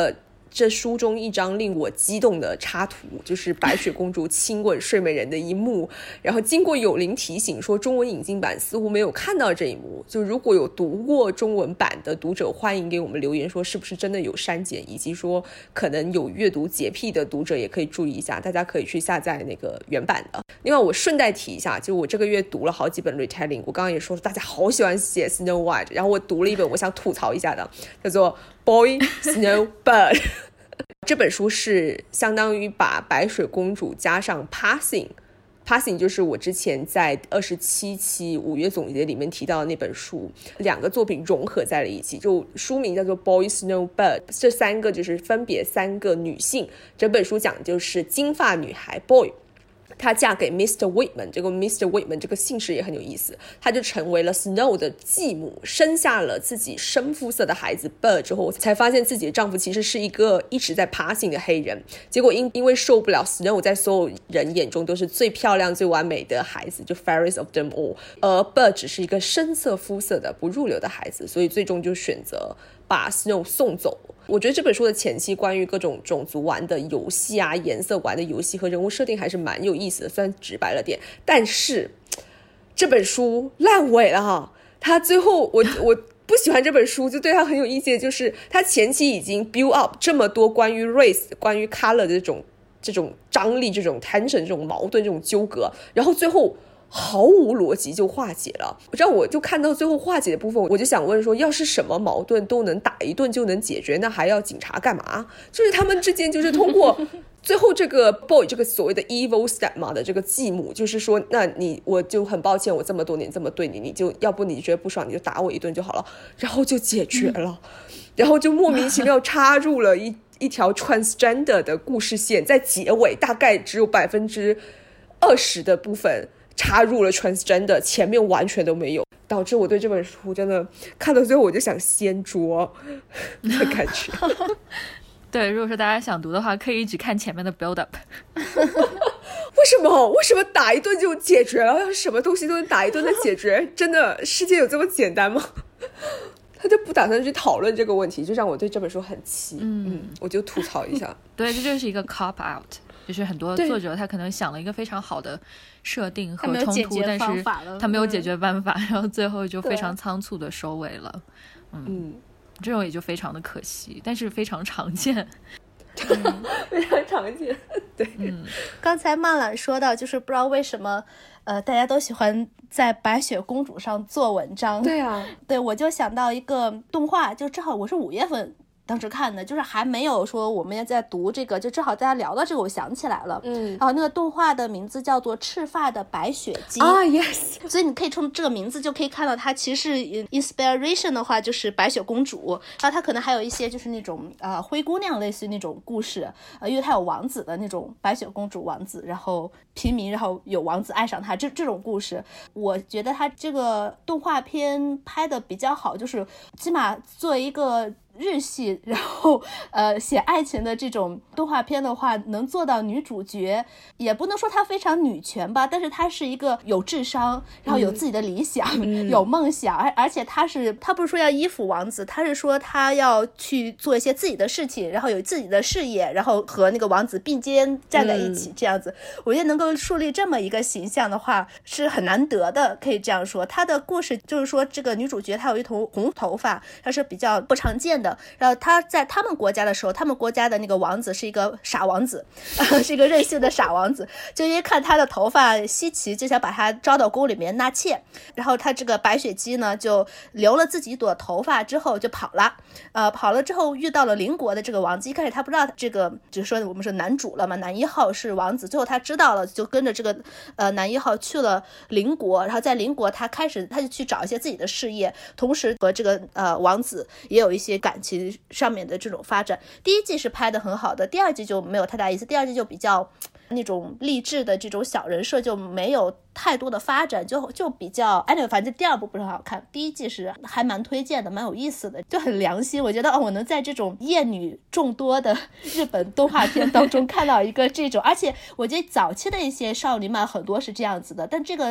这书中一张令我激动的插图，就是白雪公主亲吻睡美人的一幕，然后经过有灵提醒说中文引进版似乎没有看到这一幕，就如果有读过中文版的读者欢迎给我们留言说是不是真的有删减，以及说可能有阅读洁癖的读者也可以注意一下，大家可以去下载那个原版的。另外我顺带提一下，就我这个月读了好几本 retelling， 我刚刚也说大家好喜欢写 Snow White， 然后我读了一本我想吐槽一下的，叫做 Boy Snow Bird 这本书是相当于把白雪公主加上 Passing Passing 就是我之前在二十七期五月总结里面提到的那本书，两个作品融合在了一起，就书名叫做 Boy Snow Bird， 这三个就是分别三个女性，整本书讲的就是金发女孩 Boy，她嫁给 Mister Whitman， 这个 Mister Whitman 这个姓氏也很有意思，她就成为了 Snow 的继母，生下了自己深肤色的孩子 Bird 之后，才发现自己的丈夫其实是一个一直在 passing 的黑人，结果因因为受不了 Snow 在所有人眼中都是最漂亮最完美的孩子，就 fairest of them all， 而 Bird 只是一个深色肤色的不入流的孩子，所以最终就选择把 Snow 送走。我觉得这本书的前期关于各种种族玩的游戏啊，颜色玩的游戏和人物设定还是蛮有意思的，虽然直白了点，但是这本书烂尾了哈。他最后我我不喜欢这本书，就对他很有意见，就是他前期已经 build up 这么多关于 race 关于 color 的这种这种张力，这种 tension 这种矛盾这种纠葛，然后最后毫无逻辑就化解了。让我就看到最后化解的部分，我就想问说，要是什么矛盾都能打一顿就能解决，那还要警察干嘛？就是他们之间就是通过最后这个 boy 这个所谓的 evil stepmother 的这个继母，就是说那你我就很抱歉我这么多年这么对你，你就要不你觉得不爽你就打我一顿就好了，然后就解决了、嗯、然后就莫名其妙插入了一一条 transgender 的故事线，在结尾大概只有百分之二十的部分插入了 transgender， 前面完全都没有，导致我对这本书真的看到最后我就想掀桌的感觉对，如果说大家想读的话可以一直看前面的 build up 为什么为什么打一顿就解决了？要是什么东西都能打一顿的解决真的世界有这么简单吗？他就不打算去讨论这个问题，就让我对这本书很气。 嗯, 嗯我就吐槽一下对，这就是一个 cop out，就是很多作者他可能想了一个非常好的设定和冲突，但是他没有解决办法、嗯、然后最后就非常仓促的收尾了。 嗯, 嗯这种也就非常的可惜，但是非常常见。 嗯、非常常见。对、 嗯、刚才曼懒说到就是不知道为什么呃，大家都喜欢在白雪公主上做文章。 对啊， 对，我就想到一个动画，就正好我是五月份当时看的，就是还没有说我们也在读这个，就正好大家聊到这个我想起来了。嗯，然后那个动画的名字叫做赤发的白雪姬啊、oh, yes， 所以你可以从这个名字就可以看到它其实 inspiration 的话就是白雪公主，然后它可能还有一些就是那种呃灰姑娘类似于那种故事，呃，因为它有王子的那种白雪公主王子，然后平民，然后有王子爱上她，这这种故事，我觉得它这个动画片拍的比较好，就是起码作为一个日系然后呃写爱情的这种动画片的话，能做到女主角也不能说她非常女权吧，但是她是一个有智商，然后有自己的理想、嗯、有梦想，而而且她是她不是说要依附王子，她是说她要去做一些自己的事情，然后有自己的事业，然后和那个王子并肩站在一起、嗯、这样子。我觉得能够树立这么一个形象的话是很难得的，可以这样说。她的故事就是说这个女主角她有一头红头发，她是比较不常见的，然后他在他们国家的时候，他们国家的那个王子是一个傻王子、呃、是一个任性的傻王子，就因为看他的头发稀奇，就想把他招到宫里面纳妾，然后他这个白雪姬呢就留了自己一朵头发之后就跑了，呃，跑了之后遇到了邻国的这个王子，一开始他不知道这个就是说我们说男主了嘛，男一号是王子，最后他知道了，就跟着这个呃男一号去了邻国，然后在邻国他开始他就去找一些自己的事业，同时和这个呃王子也有一些感情上面的这种发展。第一季是拍的很好的，第二季就没有太大意思，第二季就比较那种励志的这种小人设就没有太多的发展，就就比较哎，反正第二部不是很好看，第一季是还蛮推荐的，蛮有意思的，就很良心。我觉得哦，我能在这种艳女众多的日本动画片当中看到一个这种，而且我觉得早期的一些少女漫很多是这样子的，但这个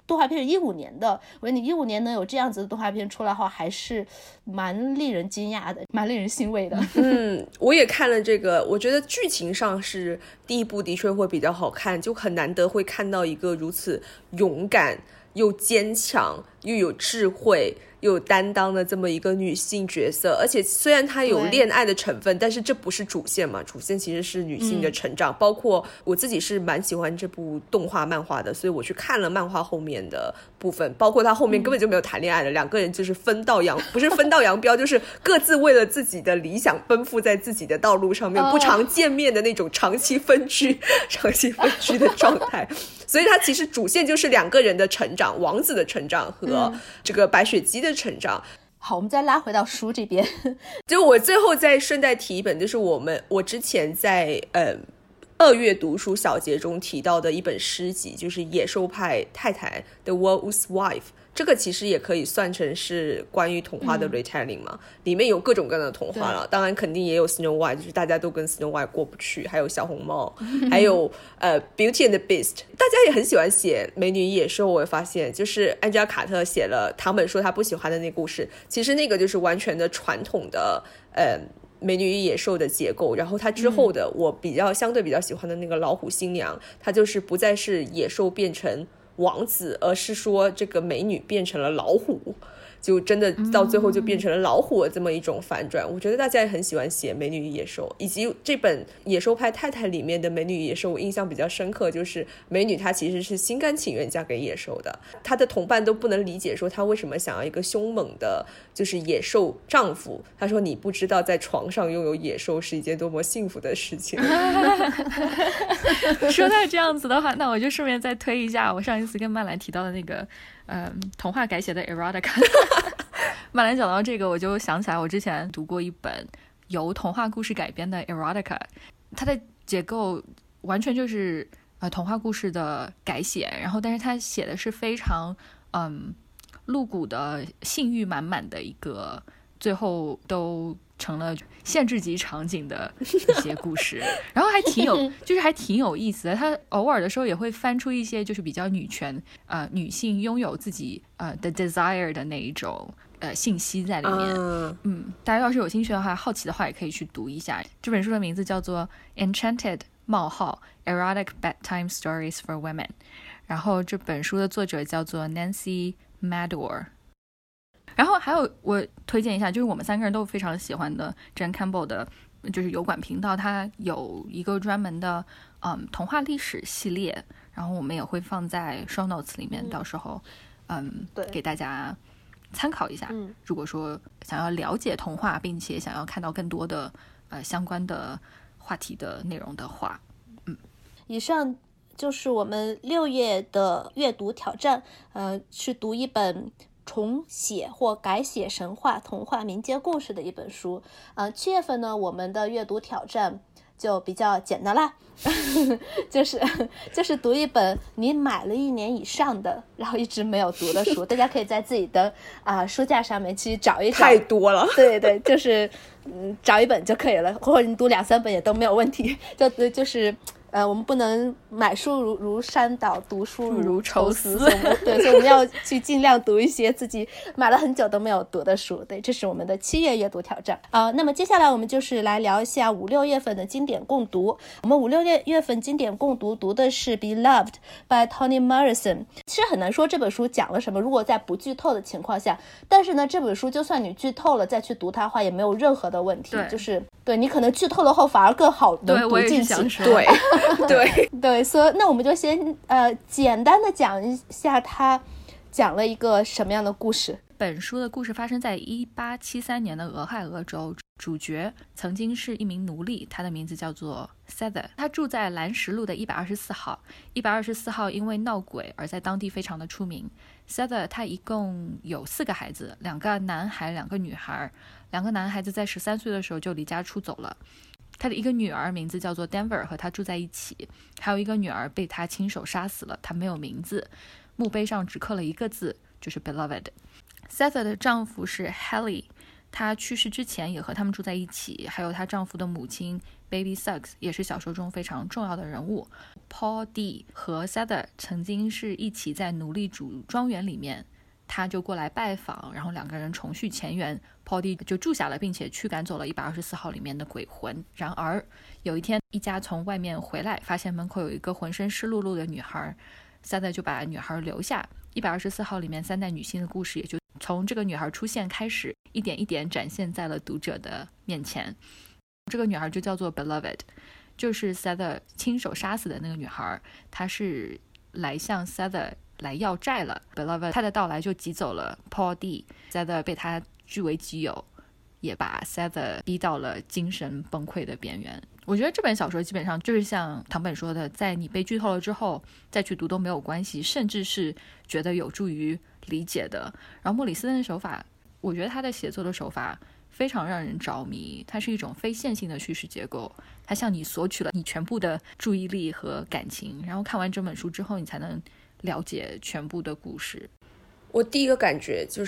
动画片是一五年的，我觉得你一五年能有这样子的动画片出来的话，还是蛮令人惊讶的，蛮令人欣慰的。 嗯，我也看了这个，我觉得剧情上是第一部的确会比较好看，就很难得会看到一个如此勇敢又坚强又有智慧又有担当的这么一个女性角色，而且虽然她有恋爱的成分，但是这不是主线嘛，主线其实是女性的成长、嗯、包括我自己是蛮喜欢这部动画漫画的，所以我去看了漫画后面的部分，包括她后面根本就没有谈恋爱的、嗯、两个人就是分道扬不是分道扬镳就是各自为了自己的理想奔赴在自己的道路上面、哦、不常见面的那种长期分居长期分居的状态所以它其实主线就是两个人的成长，王子的成长和这个白雪姬的成长、嗯， 好，我们再拉回到书这边。 就我最后再顺带提一本，就是我们我之前在呃二月读书小节中提到的一本诗集，就是野兽派太太 The Wolf's Wife， 这个其实也可以算成是关于童话的 retelling 嘛、嗯、里面有各种各样的童话了，当然肯定也有 Snow White， 就是大家都跟 Snow White 过不去，还有小红帽还有呃 Beauty and the Beast， 大家也很喜欢写美女野兽，我也发现就是安吉拉卡特写了唐本说他不喜欢的那故事，其实那个就是完全的传统的呃美女与野兽的结构，然后它之后的、嗯、我比较相对比较喜欢的那个老虎新娘，它就是不再是野兽变成王子，而是说这个美女变成了老虎，就真的到最后就变成了老虎的这么一种反转、嗯、我觉得大家也很喜欢写美女与野兽，以及这本野兽派太太里面的美女与野兽我印象比较深刻，就是美女她其实是心甘情愿嫁给野兽的，她的同伴都不能理解说她为什么想要一个凶猛的就是野兽丈夫，她说你不知道在床上拥有野兽是一件多么幸福的事情说到这样子的话，那我就顺便再推一下我上一次跟曼兰提到的那个呃，童话改写的 erotica 曼兰讲到这个我就想起来我之前读过一本由童话故事改编的 erotica， 它的结构完全就是呃童话故事的改写，然后但是它写的是非常嗯露骨的性欲满满的一个最后都成了限制级场景的一些故事然后还挺有就是还挺有意思的，他偶尔的时候也会翻出一些就是比较女权呃女性拥有自己呃的 desire 的那一种呃信息在里面、uh... 嗯，大家要是有兴趣的话好奇的话也可以去读一下，这本书的名字叫做 Enchanted 冒号 Erotic Bedtime Stories for Women， 然后这本书的作者叫做 Nancy Mador，然后还有我推荐一下就是我们三个人都非常喜欢的 Jen Campbell 的就是油管频道，它有一个专门的嗯童话历史系列，然后我们也会放在 show notes 里面、嗯、到时候嗯给大家参考一下、嗯、如果说想要了解童话并且想要看到更多的呃相关的话题的内容的话。嗯， 以上就是我们六月的阅读挑战，呃去读一本重写或改写神话、童话、民间故事的一本书。呃，七月份呢，我们的阅读挑战就比较简单啦，就是就是读一本你买了一年以上的，然后一直没有读的书。大家可以在自己的啊、呃、书架上面去找一找， 太多了。 对对，就是嗯找一本就可以了，或者你读两三本也都没有问题。就就是。呃，我们不能买书如如山倒，读书如抽丝。对，所以我们要去尽量读一些自己买了很久都没有读的书。对，这是我们的七月阅读挑战。呃，那么接下来我们就是来聊一下五六月份的经典共读。我们五六月份经典共读读的是 Beloved by Toni Morrison。其实很难说这本书讲了什么，如果在不剧透的情况下，但是呢，这本书就算你剧透了再去读它的话，也没有任何的问题。就是对你可能剧透了后反而更好能读进去。 对。对对，所以那我们就先呃简单的讲一下他讲了一个什么样的故事。 本书的故事发生在一八七三年的俄亥俄州，主角曾经是一名奴隶，他的名字叫做 Sether， 他住在蓝石路的一百二十四号。一百二十四号因为闹鬼而在当地非常的出名。Sether 他一共有四个孩子，两个男孩两个女孩，两个男孩子在十三岁的时候就离家出走了。他的一个女儿名字叫做 Denver， 和他住在一起，还有一个女儿被他亲手杀死了，她没有名字，墓碑上只刻了一个字，就是 Beloved。 Sether 的丈夫是 Hallie， 她去世之前也和他们住在一起，还有她丈夫的母亲 Baby Suggs 也是小说中非常重要的人物。Paul D 和 Sather 曾经是一起在奴隶主庄园里面，他就过来拜访，然后两个人重续前缘。 Paul D 就住下了，并且驱赶走了一百二十四号里面的鬼魂。然而有一天，一家从外面回来，发现门口有一个浑身湿漉漉的女孩， Sather 就把女孩留下。一百二十四号里面三代女性的故事也就从这个女孩出现开始，一点一点展现在了读者的面前。这个女孩就叫做 Beloved， 就是 Sather 亲手杀死的那个女孩。她是来向 Sather 来要债了。 Beloved 她的到来就挤走了 Paul D， Sather 被她据为己有，也把 Sather 逼到了精神崩溃的边缘。我觉得这本小说基本上就是像唐本说的，在你被剧透了之后再去读都没有关系，甚至是觉得有助于理解的。然后莫里斯的手法，我觉得他的写作的手法非常让人着迷，它是一种非线性的叙事结构，它向你索取了你全部的注意力和感情，然后看完这本书之后你才能了解全部的故事。 我第一个感觉就是，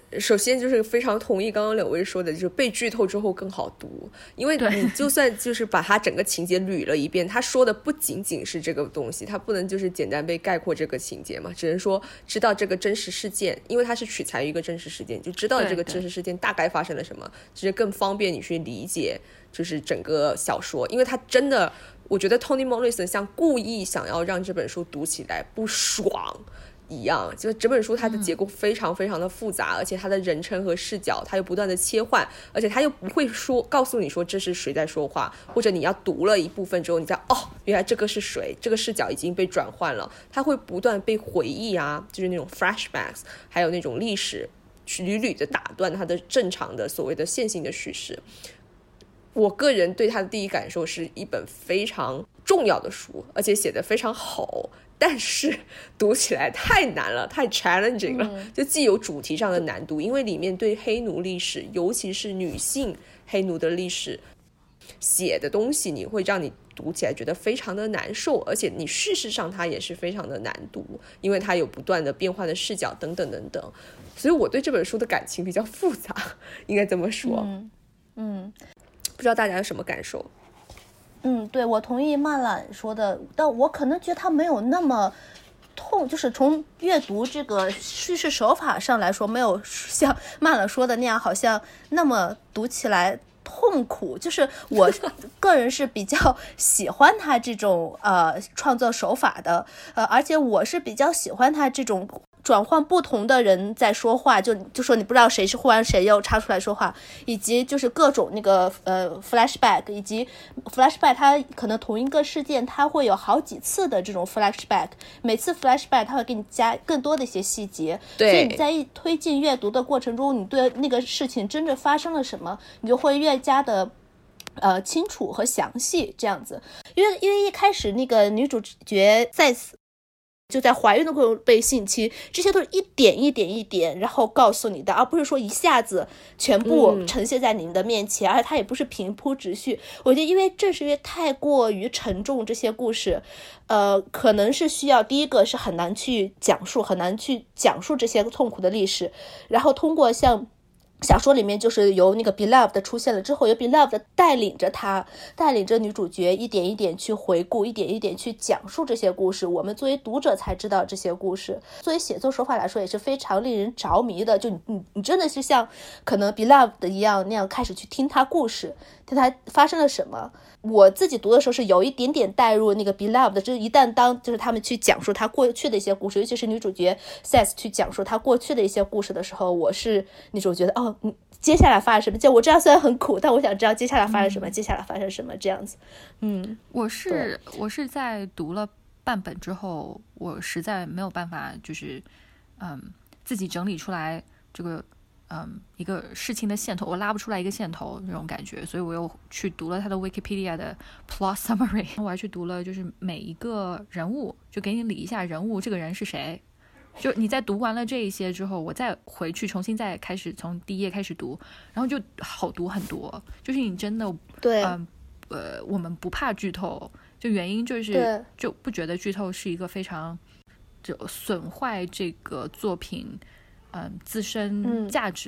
首先就是非常同意刚刚两位说的，就是被剧透之后更好读，因为你就算就是把它整个情节捋了一遍，他说的不仅仅是这个东西，他不能就是简单被概括这个情节嘛，只能说知道这个真实事件，因为它是取材于一个真实事件，就知道这个真实事件大概发生了什么，就是更方便你去理解就是整个小说。因为他真的，我觉得 Toni Morrison 像故意想要让这本书读起来不爽一样，就整本书它的结构非常非常的复杂、嗯、而且它的人称和视角它又不断的切换，而且它又不会说告诉你说这是谁在说话，或者你要读了一部分之后你再哦原来这个是谁，这个视角已经被转换了，它会不断被回忆啊，就是那种 flashbacks， 还有那种历史屡屡的打断它的正常的所谓的线性的叙事。我个人对它的第一感受是一本非常重要的书，而且写得非常好，但是读起来太难了，太 challenging 了、嗯、就既有主题上的难度，因为里面对黑奴历史，尤其是女性黑奴的历史写的东西，你会让你读起来觉得非常的难受，而且你叙事上它也是非常的难读，因为它有不断的变化的视角等等等等，所以我对这本书的感情比较复杂，应该这么说。 嗯嗯， 不知道大家有什么感受？ 嗯，对，我同意曼懒说的，但我可能觉得它没有那么痛，就是从阅读这个叙事手法上来说，没有像曼懒说的那样，好像那么读起来痛苦。就是我个人是比较喜欢他这种呃创作手法的，呃，而且我是比较喜欢他这种转换不同的人在说话，就就说你不知道谁是忽然谁又插出来说话，以及就是各种那个呃 flashback， 以及 flashback 它可能同一个事件它会有好几次的这种 flashback， 每次 flashback 它会给你加更多的一些细节， 对， 所以你在一推进阅读的过程中，你对那个事情真正发生了什么，你就会越加的呃清楚和详细这样子。因为因为一开始那个女主角在此就在怀孕的过程中被性侵，这些都是一点一点一点然后告诉你的，而不是说一下子全部呈现在你的面前、嗯、而且它也不是平铺直叙。我觉得因为正是因为太过于沉重，这些故事呃，可能是需要第一个是很难去讲述很难去讲述这些痛苦的历史，然后通过像小说里面就是由那个 Beloved 出现了之后，由 Beloved 带领着他带领着女主角一点一点去回顾，一点一点去讲述这些故事，我们作为读者才知道这些故事。作为写作手法来说也是非常令人着迷的，就你你真的是像可能 Beloved 一样那样开始去听他故事，听他发生了什么。我自己读的时候是有一点点带入那个 Beloved， 就是一旦当就是他们去讲述他过去的一些故事，尤其是女主角 Seth 去讲述他过去的一些故事的时候，我是那种觉得哦，接下来发生什么，就我知道虽然很苦，但我想知道接下来发生什么、嗯、接下来发生什么这样子。嗯， 我是我是在读了半本之后，我实在没有办法就是嗯自己整理出来这个嗯，一个事情的线头，我拉不出来一个线头那种感觉，所以我又去读了他的 Wikipedia 的 plot summary， 我还去读了就是每一个人物，就给你理一下人物这个人是谁。就你在读完了这一些之后，我再回去重新再开始从第一页开始读，然后就好读很多。就是你真的对、 呃，呃，我们不怕剧透，就原因就是就不觉得剧透是一个非常就损坏这个作品嗯，自身价值、嗯、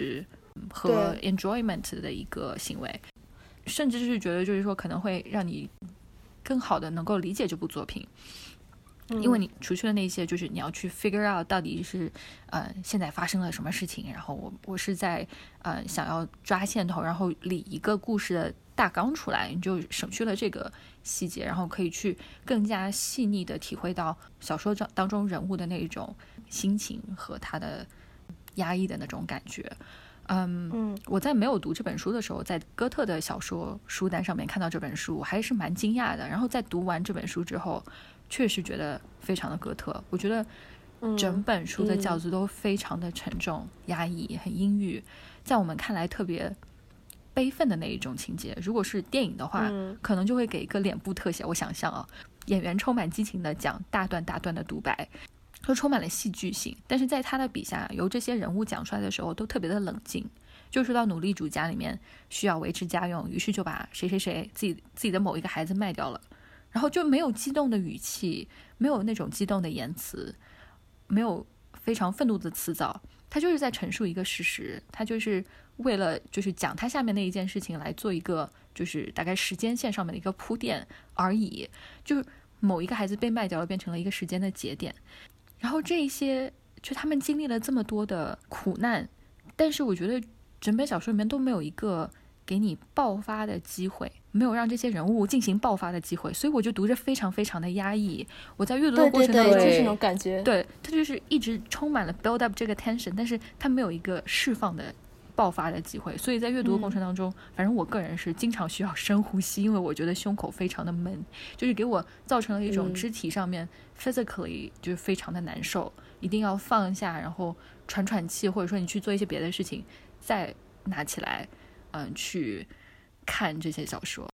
和 enjoyment 的一个行为，甚至是觉得就是说可能会让你更好的能够理解这部作品。因为你除去了那些就是你要去 figure out 到底是呃现在发生了什么事情，然后我我是在呃想要抓线头，然后理一个故事的大纲出来，你就省去了这个细节，然后可以去更加细腻的体会到小说当中人物的那种心情和他的压抑的那种感觉。嗯嗯，我在没有读这本书的时候，在哥特的小说书单上面看到这本书，我还是蛮惊讶的。然后在读完这本书之后，确实觉得非常的哥特。我觉得整本书的调子都非常的沉重、压抑、很阴郁，在我们看来特别悲愤的那一种情节。如果是电影的话，嗯、可能就会给一个脸部特写。我想象啊，演员充满激情的讲大段大段的独白，都充满了戏剧性。但是在他的笔下，由这些人物讲出来的时候，都特别的冷静。就说到奴隶主家里面需要维持家用，于是就把谁谁谁自己自己的某一个孩子卖掉了。然后就没有激动的语气，没有那种激动的言辞，没有非常愤怒的辞藻，他就是在陈述一个事实，他就是为了就是讲他下面那一件事情来做一个就是大概时间线上面的一个铺垫而已，就是某一个孩子被卖掉了，变成了一个时间的节点。然后这一些就他们经历了这么多的苦难，但是我觉得整本小说里面都没有一个给你爆发的机会，没有让这些人物进行爆发的机会，所以我就读着非常非常的压抑。我在阅读的过程当中， 对对对，就是那种感觉， 对，它就是一直充满了 build up 这个 tension， 但是它没有一个释放的爆发的机会，所以在阅读的过程当中、嗯、反正我个人是经常需要深呼吸，因为我觉得胸口非常的闷，就是给我造成了一种肢体上面、嗯、physically 就是非常的难受，一定要放下，然后喘喘气，或者说你去做一些别的事情，再拿起来嗯，去看这些小说。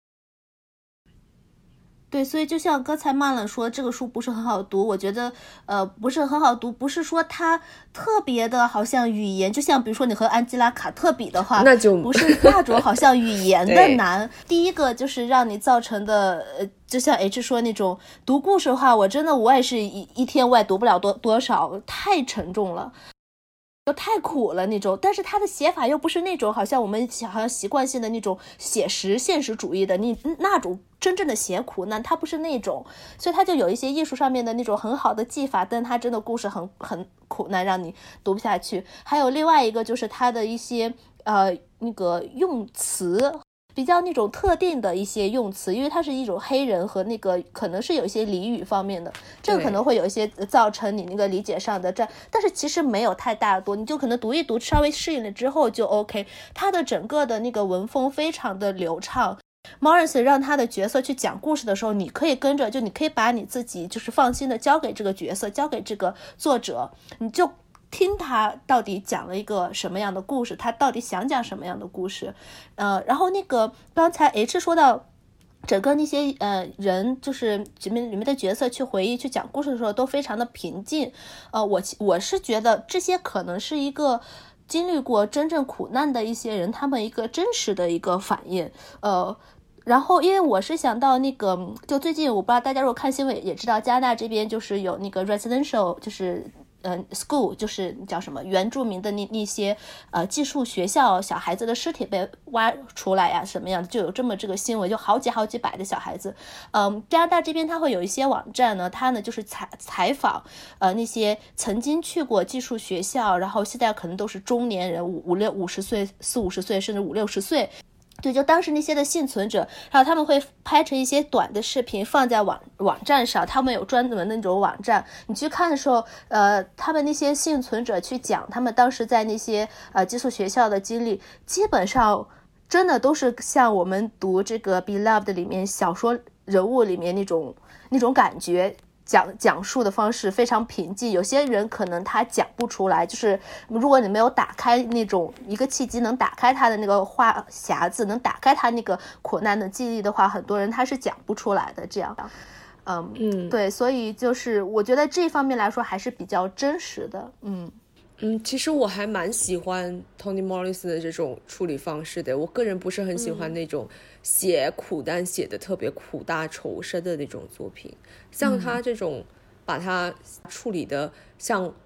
对，所以就像刚才曼冷说这个书不是很好读，我觉得呃不是很好读，不是说它特别的好像语言，就像比如说你和安吉拉卡特比的话， 那就不是那种好像语言的难第一个就是让你造成的呃就像 H 说那种读故事的话，我真的我也是一一天我也读不了多多少，太沉重了，太苦了那种，但是他的写法又不是那种好像我们好像习惯性的那种写实现实主义的你那种真正的写苦难，他不是那种，所以他就有一些艺术上面的那种很好的技法，但他真的故事很很苦难，让你读不下去。还有另外一个就是他的一些呃那个用词比较那种特定的一些用词，因为它是一种黑人和那个可能是有一些俚语方面的，这个可能会有一些造成你那个理解上的这，但是其实没有太大多，你就可能读一读稍微适应了之后就 OK。 它的整个的那个文风非常的流畅，Morrison 让他的角色去讲故事的时候，你可以跟着，就你可以把你自己就是放心的交给这个角色，交给这个作者，你就听他到底讲了一个什么样的故事，他到底想讲什么样的故事。呃，然后那个刚才 H 说到整个那些呃人，就是里面里面的角色去回忆去讲故事的时候都非常的平静。呃，我我是觉得这些可能是一个经历过真正苦难的一些人他们一个真实的一个反应。呃然后因为我是想到那个就最近我不知道大家如果看新闻也知道加拿大这边就是有那个 residential 就是嗯 school 就是叫什么原住民的那那些呃寄宿学校小孩子的尸体被挖出来呀、啊、什么样的，就有这么这个新闻，就好几好几百的小孩子。嗯，加拿大这边它会有一些网站呢，它呢就是采采访呃那些曾经去过寄宿学校，然后现在可能都是中年人，五五六五十岁四五十岁甚至五六十岁。对，就当时那些的幸存者，然后他们会拍成一些短的视频放在网网站上，他们有专门的那种网站，你去看的时候，呃，他们那些幸存者去讲他们当时在那些呃寄宿学校的经历，基本上真的都是像我们读这个 Beloved 里面小说人物里面那种那种感觉。讲讲述的方式非常平静，有些人可能他讲不出来，就是如果你没有打开那种一个契机能打开他的那个话匣子，能打开他那个苦难的记忆的话，很多人他是讲不出来的这样。嗯嗯，对，所以就是我觉得这方面来说还是比较真实的。嗯嗯，其实我还蛮喜欢 Toni Morrison 的这种处理方式的，我个人不是很喜欢那种写苦难写的特别苦大仇深的那种作品，像他这种把它处理的像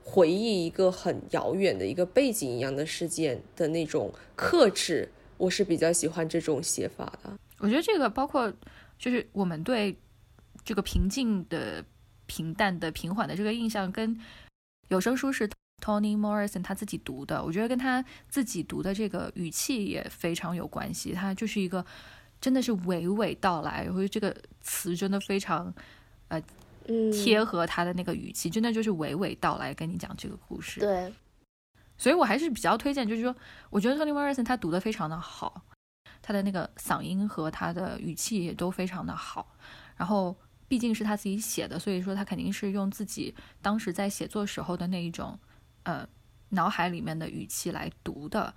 回忆一个很遥远的一个背景一样的事件的那种克制，我是比较喜欢这种写法的。 我觉得这个包括就是我们对这个平静的、平淡的、平缓的这个印象，跟有声书是 Toni Morrison 他自己读的，我觉得跟他自己读的这个语气也非常有关系。他就是一个真的是娓娓道来，我觉得这个词真的非常呃贴合他的那个语气，真的就是娓娓道来跟你讲这个故事。 对， 所以我还是比较推荐，就是说我觉得 Toni Morrison 他读得非常的好，他的那个嗓音和他的语气也都非常的好，然后毕竟是他自己写的，所以说他肯定是用自己当时在写作时候的那一种呃脑海里面的语气来读的。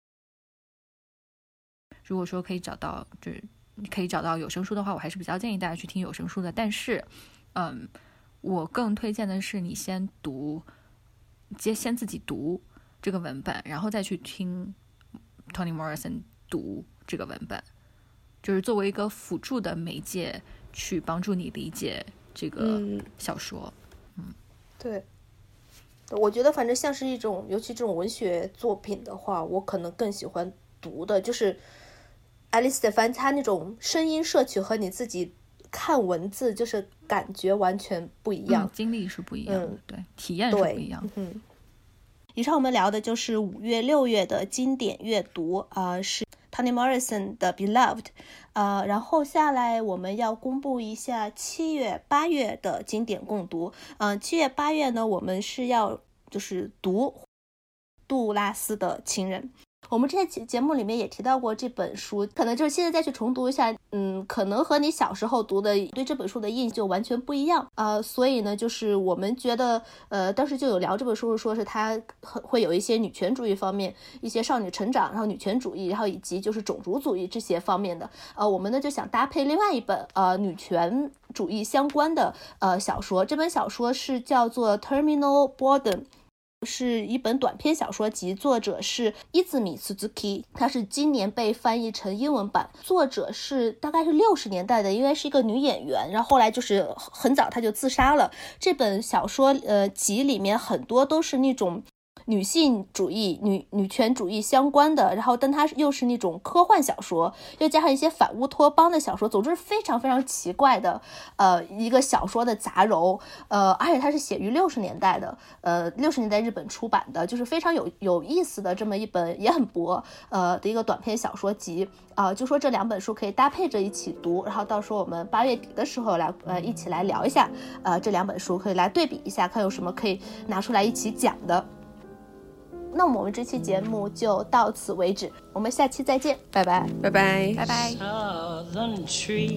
如果说可以找到就是可以找到有声书的话，我还是比较建议大家去听有声书的，但是嗯，我更推荐的是你先读先自己读这个文本，然后再去听 Toni Morrison 读这个文本，就是作为一个辅助的媒介去帮助你理解这个小说。 嗯, 嗯对，我觉得反正像是一种尤其这种文学作品的话，我可能更喜欢读的就是爱丽丝·凡他那种声音摄取和你自己看文字就是感觉完全不一样、 嗯、经历是不一样的、嗯、对，体验是不一样的。 嗯，以上我们聊的就是五月六月的经典阅读啊、呃，是 Toni Morrison 的 Beloved 呃，然后下来我们要公布一下七月八月的经典共读。嗯、呃，七月八月呢，我们是要就是读杜拉斯的情人。我们之前节目里面也提到过这本书，可能就是现在再去重读一下，嗯，可能和你小时候读的对这本书的印象就完全不一样啊、呃。所以呢，就是我们觉得，呃，当时就有聊这本书，说是它会有一些女权主义方面，一些少女成长，然后女权主义，然后以及就是种族主义这些方面的。呃，我们呢就想搭配另外一本呃女权主义相关的呃小说，这本小说是叫做 Terminal Boredom。是一本短篇小说集，作者是伊兹米斯兹基，他是今年被翻译成英文版，作者是大概是六十年代的，因为是一个女演员，然后后来就是很早她就自杀了。这本小说呃集里面很多都是那种女性主义、女女权主义相关的，然后但它又是那种科幻小说，又加上一些反乌托邦的小说，总之是非常非常奇怪的呃一个小说的杂糅。呃，而且它是写于六十年代的，呃六十年代日本出版的，就是非常有有意思的这么一本也很薄呃的一个短篇小说集啊、呃。就说这两本书可以搭配着一起读，然后到时候我们八月底的时候来呃一起来聊一下呃这两本书，可以来对比一下，看有什么可以拿出来一起讲的。那我们这期节目就到此为止，我们下期再见，拜拜， 拜拜， 拜拜。 Southern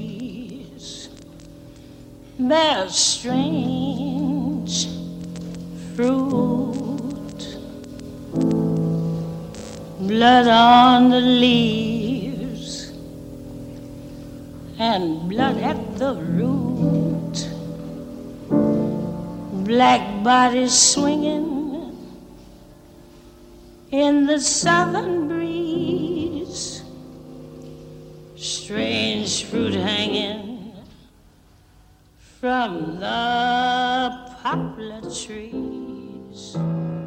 trees bear strange fruit, blood on the leaves and blood at the root, black bodies swinging in the southern breeze, strange fruit hanging from the poplar trees.